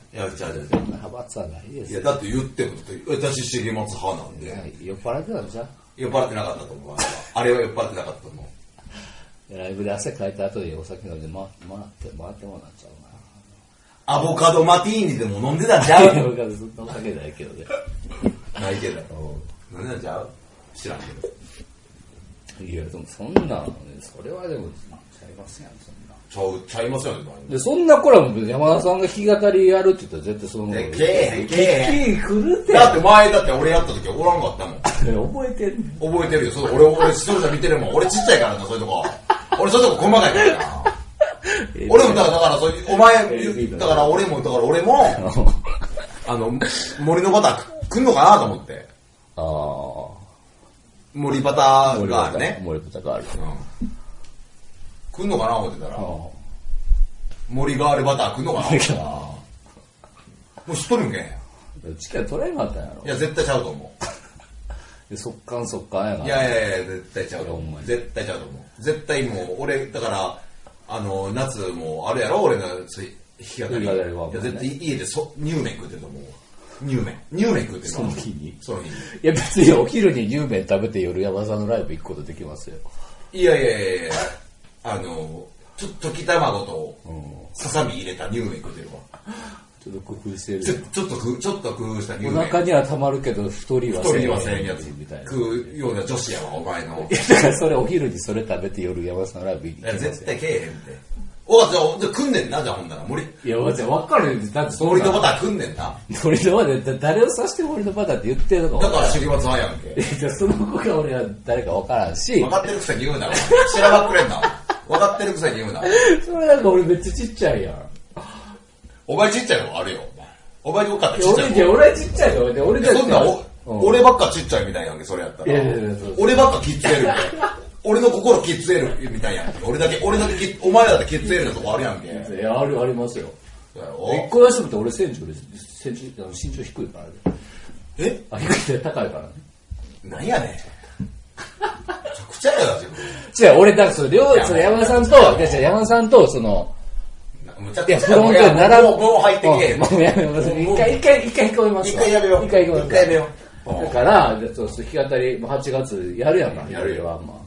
いや、じゃあじゃあじゃあ。 派閥はないです。 いや、だって言っても、私、重松派なんで。 酔っ払ってたんじゃん。 酔っ払ってなかったと思う。あれは酔っ払ってなかったと思う。ライブで汗かいた後にお酒飲んで回ってもらって、回ってもらっちゃうな。 アボカドマティーニでも飲んでたんちゃう？ アボカドそんなお酒ないけどね。 ないけど。飲んでたんちゃう？知らんけど。 いや、でもそんな、それはでも、ちゃいますやん、そんな。 ちゃう、ちゃいますよね。 で、そんな頃も山田さんが弾き語りやるって言ったら絶対その。 え、けえへん、けえへん。 来るって。 だって前、だって俺やった時おらんかったもん。 覚えてる覚えてるよ。そう、俺、俺、視聴者見てるもん。俺ちっちゃいからな、そういうとこ。俺そういうとこ細かいからな。俺もだから、だから、そうお前、だから俺も、だから俺も、あの、森のバター来んのかなと思って。 ああ。 森バターがあるね。 森バターがある。 うん。来んのかな思ってたら、森ガールバター来んのかな思ってたら、もう知っとるんけん。 チケット取れんかったんやろ。 いや、絶対ちゃうと思う。速乾速乾やな。 いやいやいや、絶対ちゃうと思う。絶対ちゃうと思う。絶対もう、俺、だから、あの、夏もあるやろ俺の弾き語り。いや、絶対家でそ乳麺食ってると思う。乳麺。乳麺食ってるその日にその日に。いや、別にお昼に乳麺食べて夜山さんのライブ行くことできますよ。 いやいやいやいや、あの、ちょっと溶き卵と、ささみ入れた乳麺食ってるわ。 ちょっと工夫してる。 ちょちょっとく、ちょっと工夫した乳麺。 お腹にはたまるけど、太りはせん。太りはせんやつみたいな。 食うような女子やわ、お前の。 いや、だからそれお昼にそれ食べて夜山さんのライブ行きますよ。 絶対けえへんって。おじゃあ、じゃあ食んねんな、じゃあほんなら。森。 いや、わかるよ。だってそ森のバター食んねんな。 森のバター、誰を指して森のバターって言ってるのかだから知りまつはやんけ。 いや、その子が俺は誰かわからんし。 分かってるくせに言うな。知らばっくれんな。分かってるくせに言うな。 それなんか俺めっちゃちっちゃいやん。 お前ちっちゃいのあるよ。お前におっかってちっちゃいの。俺はちっちゃいの。で、俺だって。 そんな、俺ばっかちっちゃいみたいやんけ、それやったら。俺ばっかキッズエルみたい俺の心キッズエルみたいやんけ。俺だけ、俺だけ、お前らだってキッズエルのとこあるやんけ。 いや、ある、ありますよ。一個出してもって俺身長で、身長低いからね。 えあ、低いって高いからね。 なんやねん。めちゃくちゃやだ、自分。違う、俺、だからそれ、両、それ山田さんと、山田さんと、その、いや、フロントで並ぶ。 もう、もう入ってけえ。 もうやめます。一回、一回、一回引っ込めます。 一回やめよう。 一回引っ込めます。 一回やめよう。だから、そうそう、弾き語り、はちがつやるやんか。 やるよ。 まあ。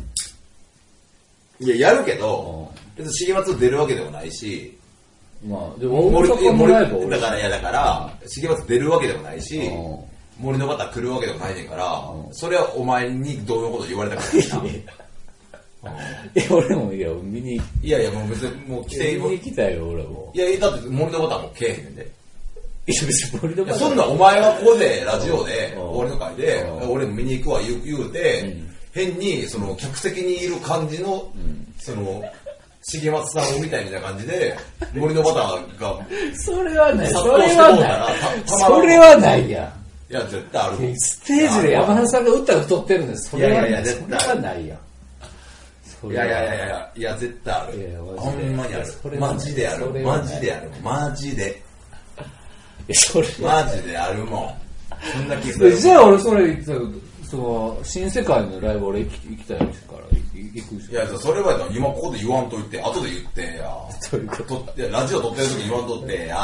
いや、やるけど、別に重松出るわけでもないし、 まあ、でも、大阪のライブだから、いや、だから、重松出るわけでもないし、森のバター来るわけでもないねんから、それはお前にどういうこと言われたかな。 いや、俺も、いや、見に。 いやいや、もう別に、もう来て、 見に来たよ、俺も。 いや、だって森のバターもけえへんねんで。 いや、別に森のバター。 そんな、お前はここで、ラジオで、俺の会で、俺も見に行くわ言う言うて、変に、その、客席にいる感じの、その、重松さんを見たいみたいな感じで、森のバターが、 それはない、それはない。それはないやん。 いや、絶対ある。 ステージで山田さんが歌歌ってるんです。それはない。絶対ないやん。 いやいやいやいや、いや、絶対ある。ほんまにある。マジである。マジである。マジで。 それマジであるもん。そんな気する。 じゃあ俺それ、その、新世界のライブ俺行きたいから行くし。 いや、それは今ここで言わんといて、後で言ってや。 そういうこと。 ラジオ撮ってる時言わんとってや。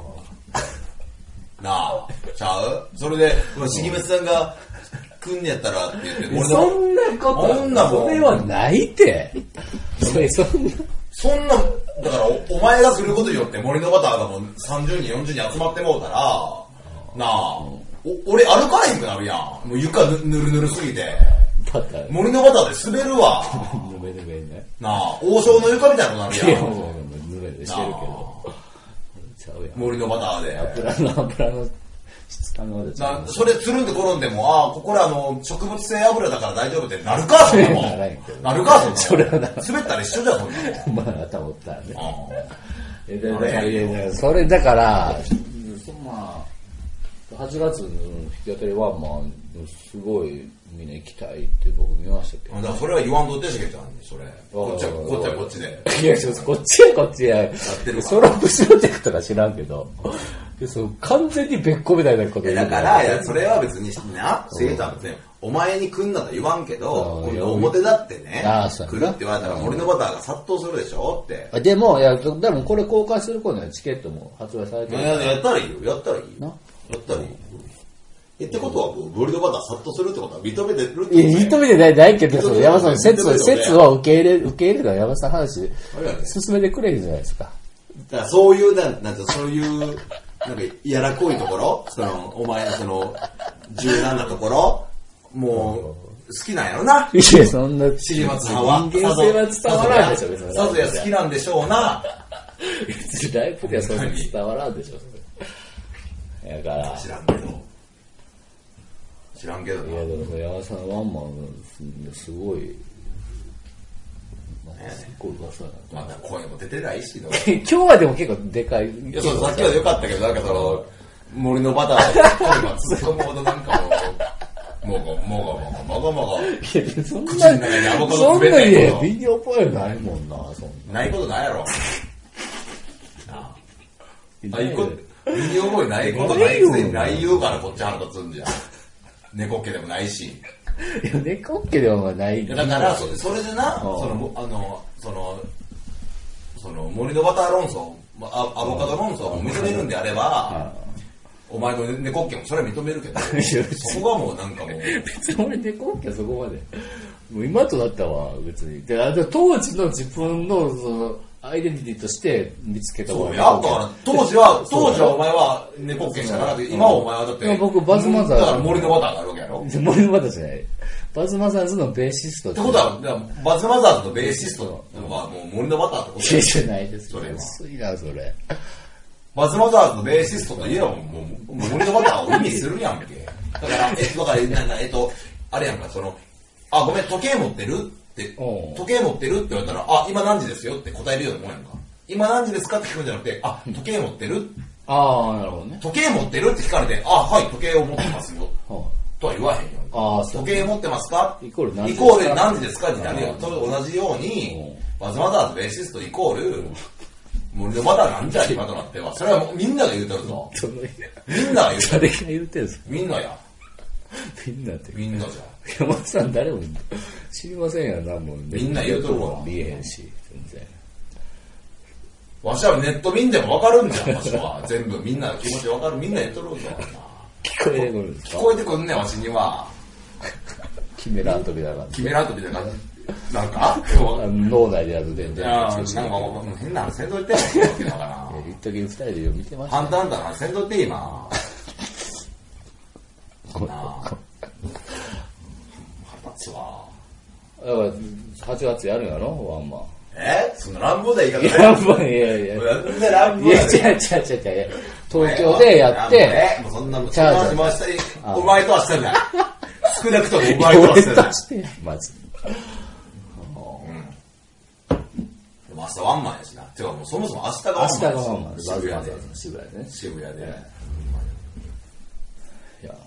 なあ、ちゃうそれで、重松さんが、来んねやったらって言って、 そんなこと、 そんなそれはないって。それ、そんな。 そんな、だからお、お前が来ることによって森のバターがもうさんじゅうにん、よんじゅうにん集まってもうたら、なあ、お俺歩かへんくなるやん。もう床ぬぬるぬるすぎて。森のバターで滑るわ。 ぬめぬめね。 なあ、王将の床みたいなことなるやん。 ぬめぬめしてるけど。 森のバターで。 油の油の。あのなそれつるんで転んでも、ああ、これあの、植物性油だから大丈夫ってなるか、そんなもん。なるか、そんなもん。 それはな。 滑ったら一緒じゃん、そんなもん。まあ、頭打ったらね。え、だから、いやいや、それだから、まあ、はちがつの弾き語りは、まあ、すごいみんな行きたいって僕見ましたけど。 だからそれは言わんとってしけちゃうんで、それ。こっちは、こっちはこっちで。 いや、こっちはこっちや。ソロプシューテクとか知らんけど。そう完全に別個みたいなこと言うだから、いや、それは別にな、せいたん別に、 お前に来んなとは言わんけど、今度表だってね、来るって言われたら森のバターが殺到するでしょって。 でも、いや、でもこれ公開する頃にはチケットも発売されてる。 や, やったらいいよ、やったらいいよ。やったらいいよ。えってことは、森のバター殺到するってことは認めてるってこと、ね、 いや、認めてないないけど、その山さんの説を、説を受け入れる、受け入れるのは山さん話、進めてくれるじゃないですか。 だからそういう、なん、なんかそういう、なんか、いやらこいところ、その、お前のその、柔軟なところ、もう、好きなんやろな。 いや、そんな、 尻松派は。 人間性は伝わらんでしょ、別に。 さぞや好きなんでしょうな。 別にライブではそんなに伝わらんでしょ、それ。だから。 知らんけど。知らんけどな。 いや、でも山田さんワンマン、すごい、すごい噂な。まだ声も出てないし。 今日はでも結構でかい。 いや、そう、さっきは良かったけど、なんかその、森のバターの声が突っ込むほどなんかもう、もごもごもごもごもご。 いや、そんな、 口の中にアボカドそんな詰めないにビデオポエムないもんな、そんな。ないことないやろ。なあ。ないこと、ビデオポエムないことないくせにない言うからこっち腹立つんじゃん。猫っけでもないし。 いや、猫っけでもない。 だからそ、それでな、その、あの、その、その、森のバター論争、アアボカド論争を認めるんであれば、お前の猫っけもそれは認めるけど、そこがもうなんかもう。 別に俺猫っけはそこまで。もう今となったわ、別に。で、当時の自分の、その、アイデンティティとして見つけたそうや、だから当時は、当時はお前は猫っけしかなかったけど、今はお前はだって。 僕、バズマザーズ。 だから森のバターがあるわけやろ森のバターじゃない。バズマザーズのベーシストってことは、バズマザーズのベーシストはもう森のバターってことじゃないです。それは。薄いな、それ。 バズマザーズのベーシストといえばもう、もう森のバターを意味するやんけ。だから、えっと、だから、なんか、えっと、あれやんか、その、あ、ごめん、時計持ってるって、時計持ってるって言われたら、あ、今何時ですよって答えるようなもんやんか。今何時ですかって聞くんじゃなくて、あ、時計持ってるああ、なるほどね。 時計持ってるって聞かれて、あ、はい、時計を持ってますよ。とは言わへんよ。 あ時計持ってますかイコール何時イコール何時ですかになるよ。それと同じように、バズマザーズベーシストイコール、森のバターなんじゃ今となっては。それはもうみんなが言うてるぞ。みんなが言うてる。 誰が言うてるんすかみんなや。 みんなって。 みんなじゃ。山田さん誰も知りませんやな、もう。 みんな言うとるわ。 見えへんし、全然。 わしはネット見んでもわかるんじゃん、わしは。全部みんなの気持ちわかる。みんな言っとるぞ。 聞こえてくるんですか聞こえてくんねん、わしには。 キメラートみたいな感じ。キメラートみたいな感じ。なんか脳内でやる全然。 なんか変なのせんといてんのかな。 一時二人で見てました。 ハンターハンターなせんといて今。なあ。腹立つわ。 だからはちがつやるんやろワンマン。 えその乱暴な言い方で。乱暴いやいや。 なんで乱暴いや、違う違う違う違う。東京でやって。 もうそんなの、チャージ回したり、お前とはしてない。少なくともお前とはしてない。 まず。 明日ワンマンやしな。てかもうそもそも明日がワンマン。 明日がワンマン。 渋谷で。 渋谷ね。 渋谷で。 いや。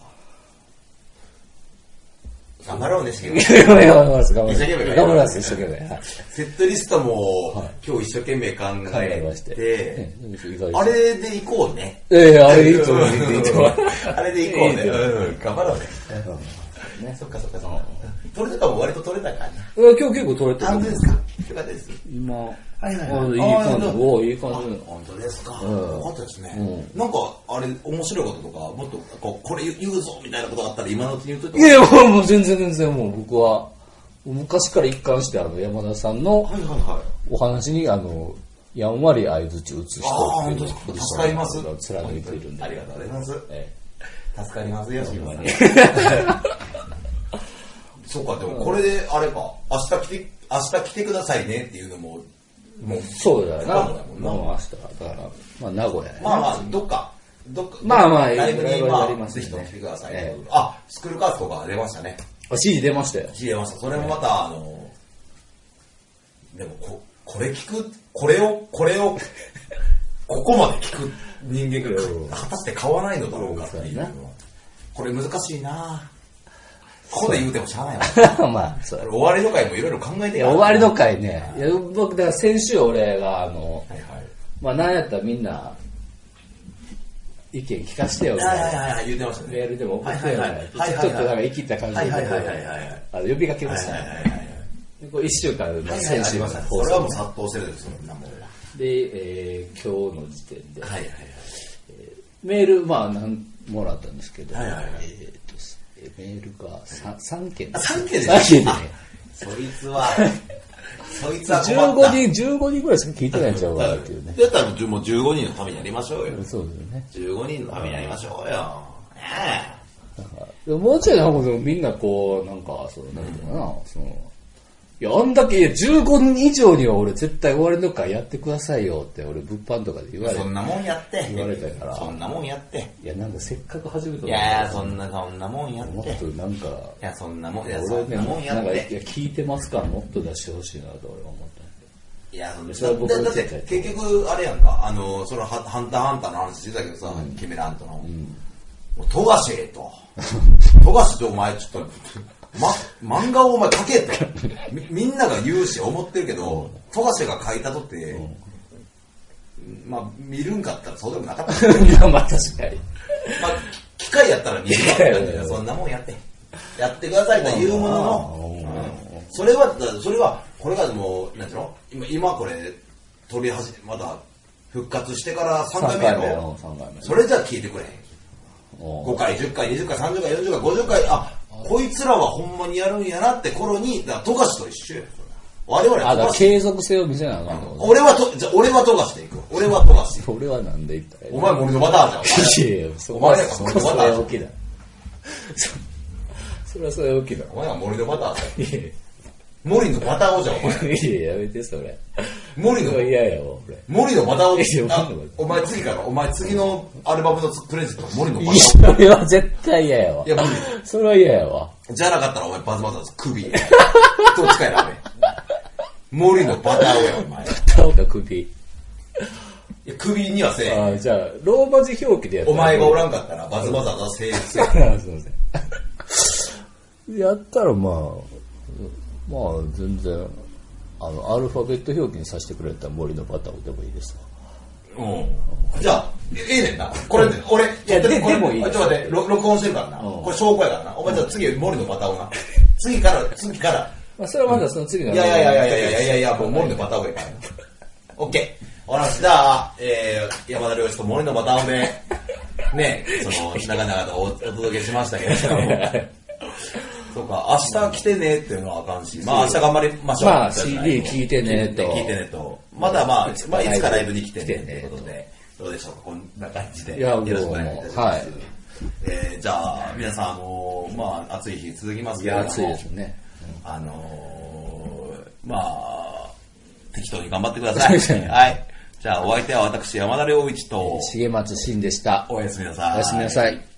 頑張ろうね、一生懸命。頑張ります、頑張ります。 一生懸命。 頑張ります、一生懸命。 セットリストも今日一生懸命考えて、あれで行こうね。 ええ、あれいいと思う。 あれで行こうね。頑張ろうね。そっかそっかそっか。取れたかも割と取れたからね。 今日結構取れてる。 本当ですかよかったです。 今、 はいはいはい。 いい感じ。おいい感じ。 本当ですか。よかったですね。なんか、あれ、面白いこととか、もっと、こう、これ言うぞみたいなことがあったら今のうちに言うといて。 いや、もう全然全然もう僕は、昔から一貫してあの、山田さんのお話に、あの、やんわり相づち打つ人。 ああ、本当ですか。助かります。 貫いているんで。 ありがとうございます。助かりますよ、 今に。 そうか、でもこれで、あれか、明日来て、明日来てくださいねっていうのも、もう、 そうだよな。もう明日だから、まあ名古屋やまあまあ、どっか、どっか、 まあまあ、 ライブに、まあ、 ぜひと来てください。あ、スクールカードとか出ましたね。 あ、指示出ましたよ。 指示出ました。それもまた、あの、でも、こ、これ聞く、これを、これを、ここまで聞く人間が、果たして買わないのだろうかっていうのは。これ難しいなここで言うてもしゃあないわ。まあ、 そう。終わりの会もいろいろ考えてや終わりの会ね。いや、僕、だから先週俺が、あの、はいはい、まあ、なんやったらみんな、 意見聞かせてよみたいな。 はいはいはい、言ってましたね。 メールでも送ってよみたいな。ちょっとなんか生きった感じで、あの呼びかけましたね。いっしゅうかんの選手の放送。それはもう殺到してるんですよ、そんなもんは。 で、えー、今日の時点で、 はいはいはいえー、メール、まあ、なんもらったんですけど、 はいはいはい、 えーとメールが 3, 3件です。さんけんですさんけんでね。 そいつは、そいつはじゅうごにん、じゅうごにんぐらいしか聞いてないんちゃうかなっていうね。 だったらもうじゅうごにんのためにやりましょうよ。 そうですよね。 じゅうごにんのためにやりましょうよ。ねえ。もうちょいなんかみんなこう、なんか、そう、なんていうかな、その、いや、あんだけ、いや、じゅうごにん以上には俺絶対終わりの会やってくださいよって、俺物販とかで言われて。 そんなもんやって。 言われたから。 そんなもんやって。 いや、なんかせっかく始めたのいやいや、そんな、そんなもんやって。 もっとなんか、いや、そんなもん、いや、 俺ね、 もんやって。 なんか、いや、聞いてますからもっと出してほしいなと俺は思った。 いや、 それは僕だだって結局、あれやんか、あの、その、ハンターハンターの話してたけどさ、うん、キメラントの。うん、もう、富樫へと。富樫とお前ちょっと、ま、漫画をお前描けとみ。みんなが言うし思ってるけど、富樫が描いたとって、うん、まあ、見るんかったらそうでもなかった。 いや、まあ確かに。 まあ、機械やったら見るかって感じで、そんなもんやって。やってくださいと言うものの、うん、それは、それは、これがもう、なんていうの今、今これ、撮り始め、まだ、復活してからさんかいめやろ。それじゃ聞いてくれへん。ごかい、じゅっかい、にじゅっかい、さんじゅっかい、よんじゅっかい、ごじゅっかい、あ、こいつらはほんまにやるんやなって頃に、だから富樫と一緒よ。我々はあ、だから継続性を見せなあかんの。 俺はと、じゃ俺は富樫でいく。俺は富樫。 俺はなんで言ったらお前森のバターじゃん。 いやいや、 お前が森のバターじゃん。 それは大きいだ。それはそれは大きいだ。 お前が森のバターじゃん。森のバターをじゃん、お前。 いや、やめて、それ。 森の。 嫌やわ、俺。 森のバターをじゃん。お前次から、お前次のアルバムのプレゼント、森のバターを。 それは絶対嫌やわ。 いや、無理。 それは嫌やわ。 じゃなかったらお前バズバズ首。どっちかやらね。森のバターをや、お前。 バターか首。いや、首にはせえ。 ああ、じゃあ、ローマ字表記でやったお前がおらんかったらバズバズはせえ。すいません。やったらまあ、まあ全然あのアルファベット表記にさせてくれたら森のバターをでもいいですわ。うん。じゃあええねんな。これ俺いやででもいい。 ちょっと待って録音してるからな。これ証拠やからな。お前じゃあ次森のバターをな。次から次から。 まあそれはまだその次の。 いやいやいやいやいやいやいやいやもう森のバターをやから。オッケー。お話じゃあえー山田良一と森のバターをでねその長々とお届けしましたけれども。そうか、明日来てねっていうのはあかんし、まあ明日頑張りましょう。 まあ シーディー 聞いてねと。 聞いてねと。まだまあ、まあいつかライブに来てねということで、どうでしょうか、こんな感じで。 いや、 よろしくお願いいたします。 はい。 えー、じゃあ、皆さん、あのー、まあ暑い日続きますけども。 いや、暑いですね。 あのー、まあ、適当に頑張ってください。はい。じゃあ、お相手は私、山田良一と、 重松慎でした。 おやすみなさい。 おやすみなさい。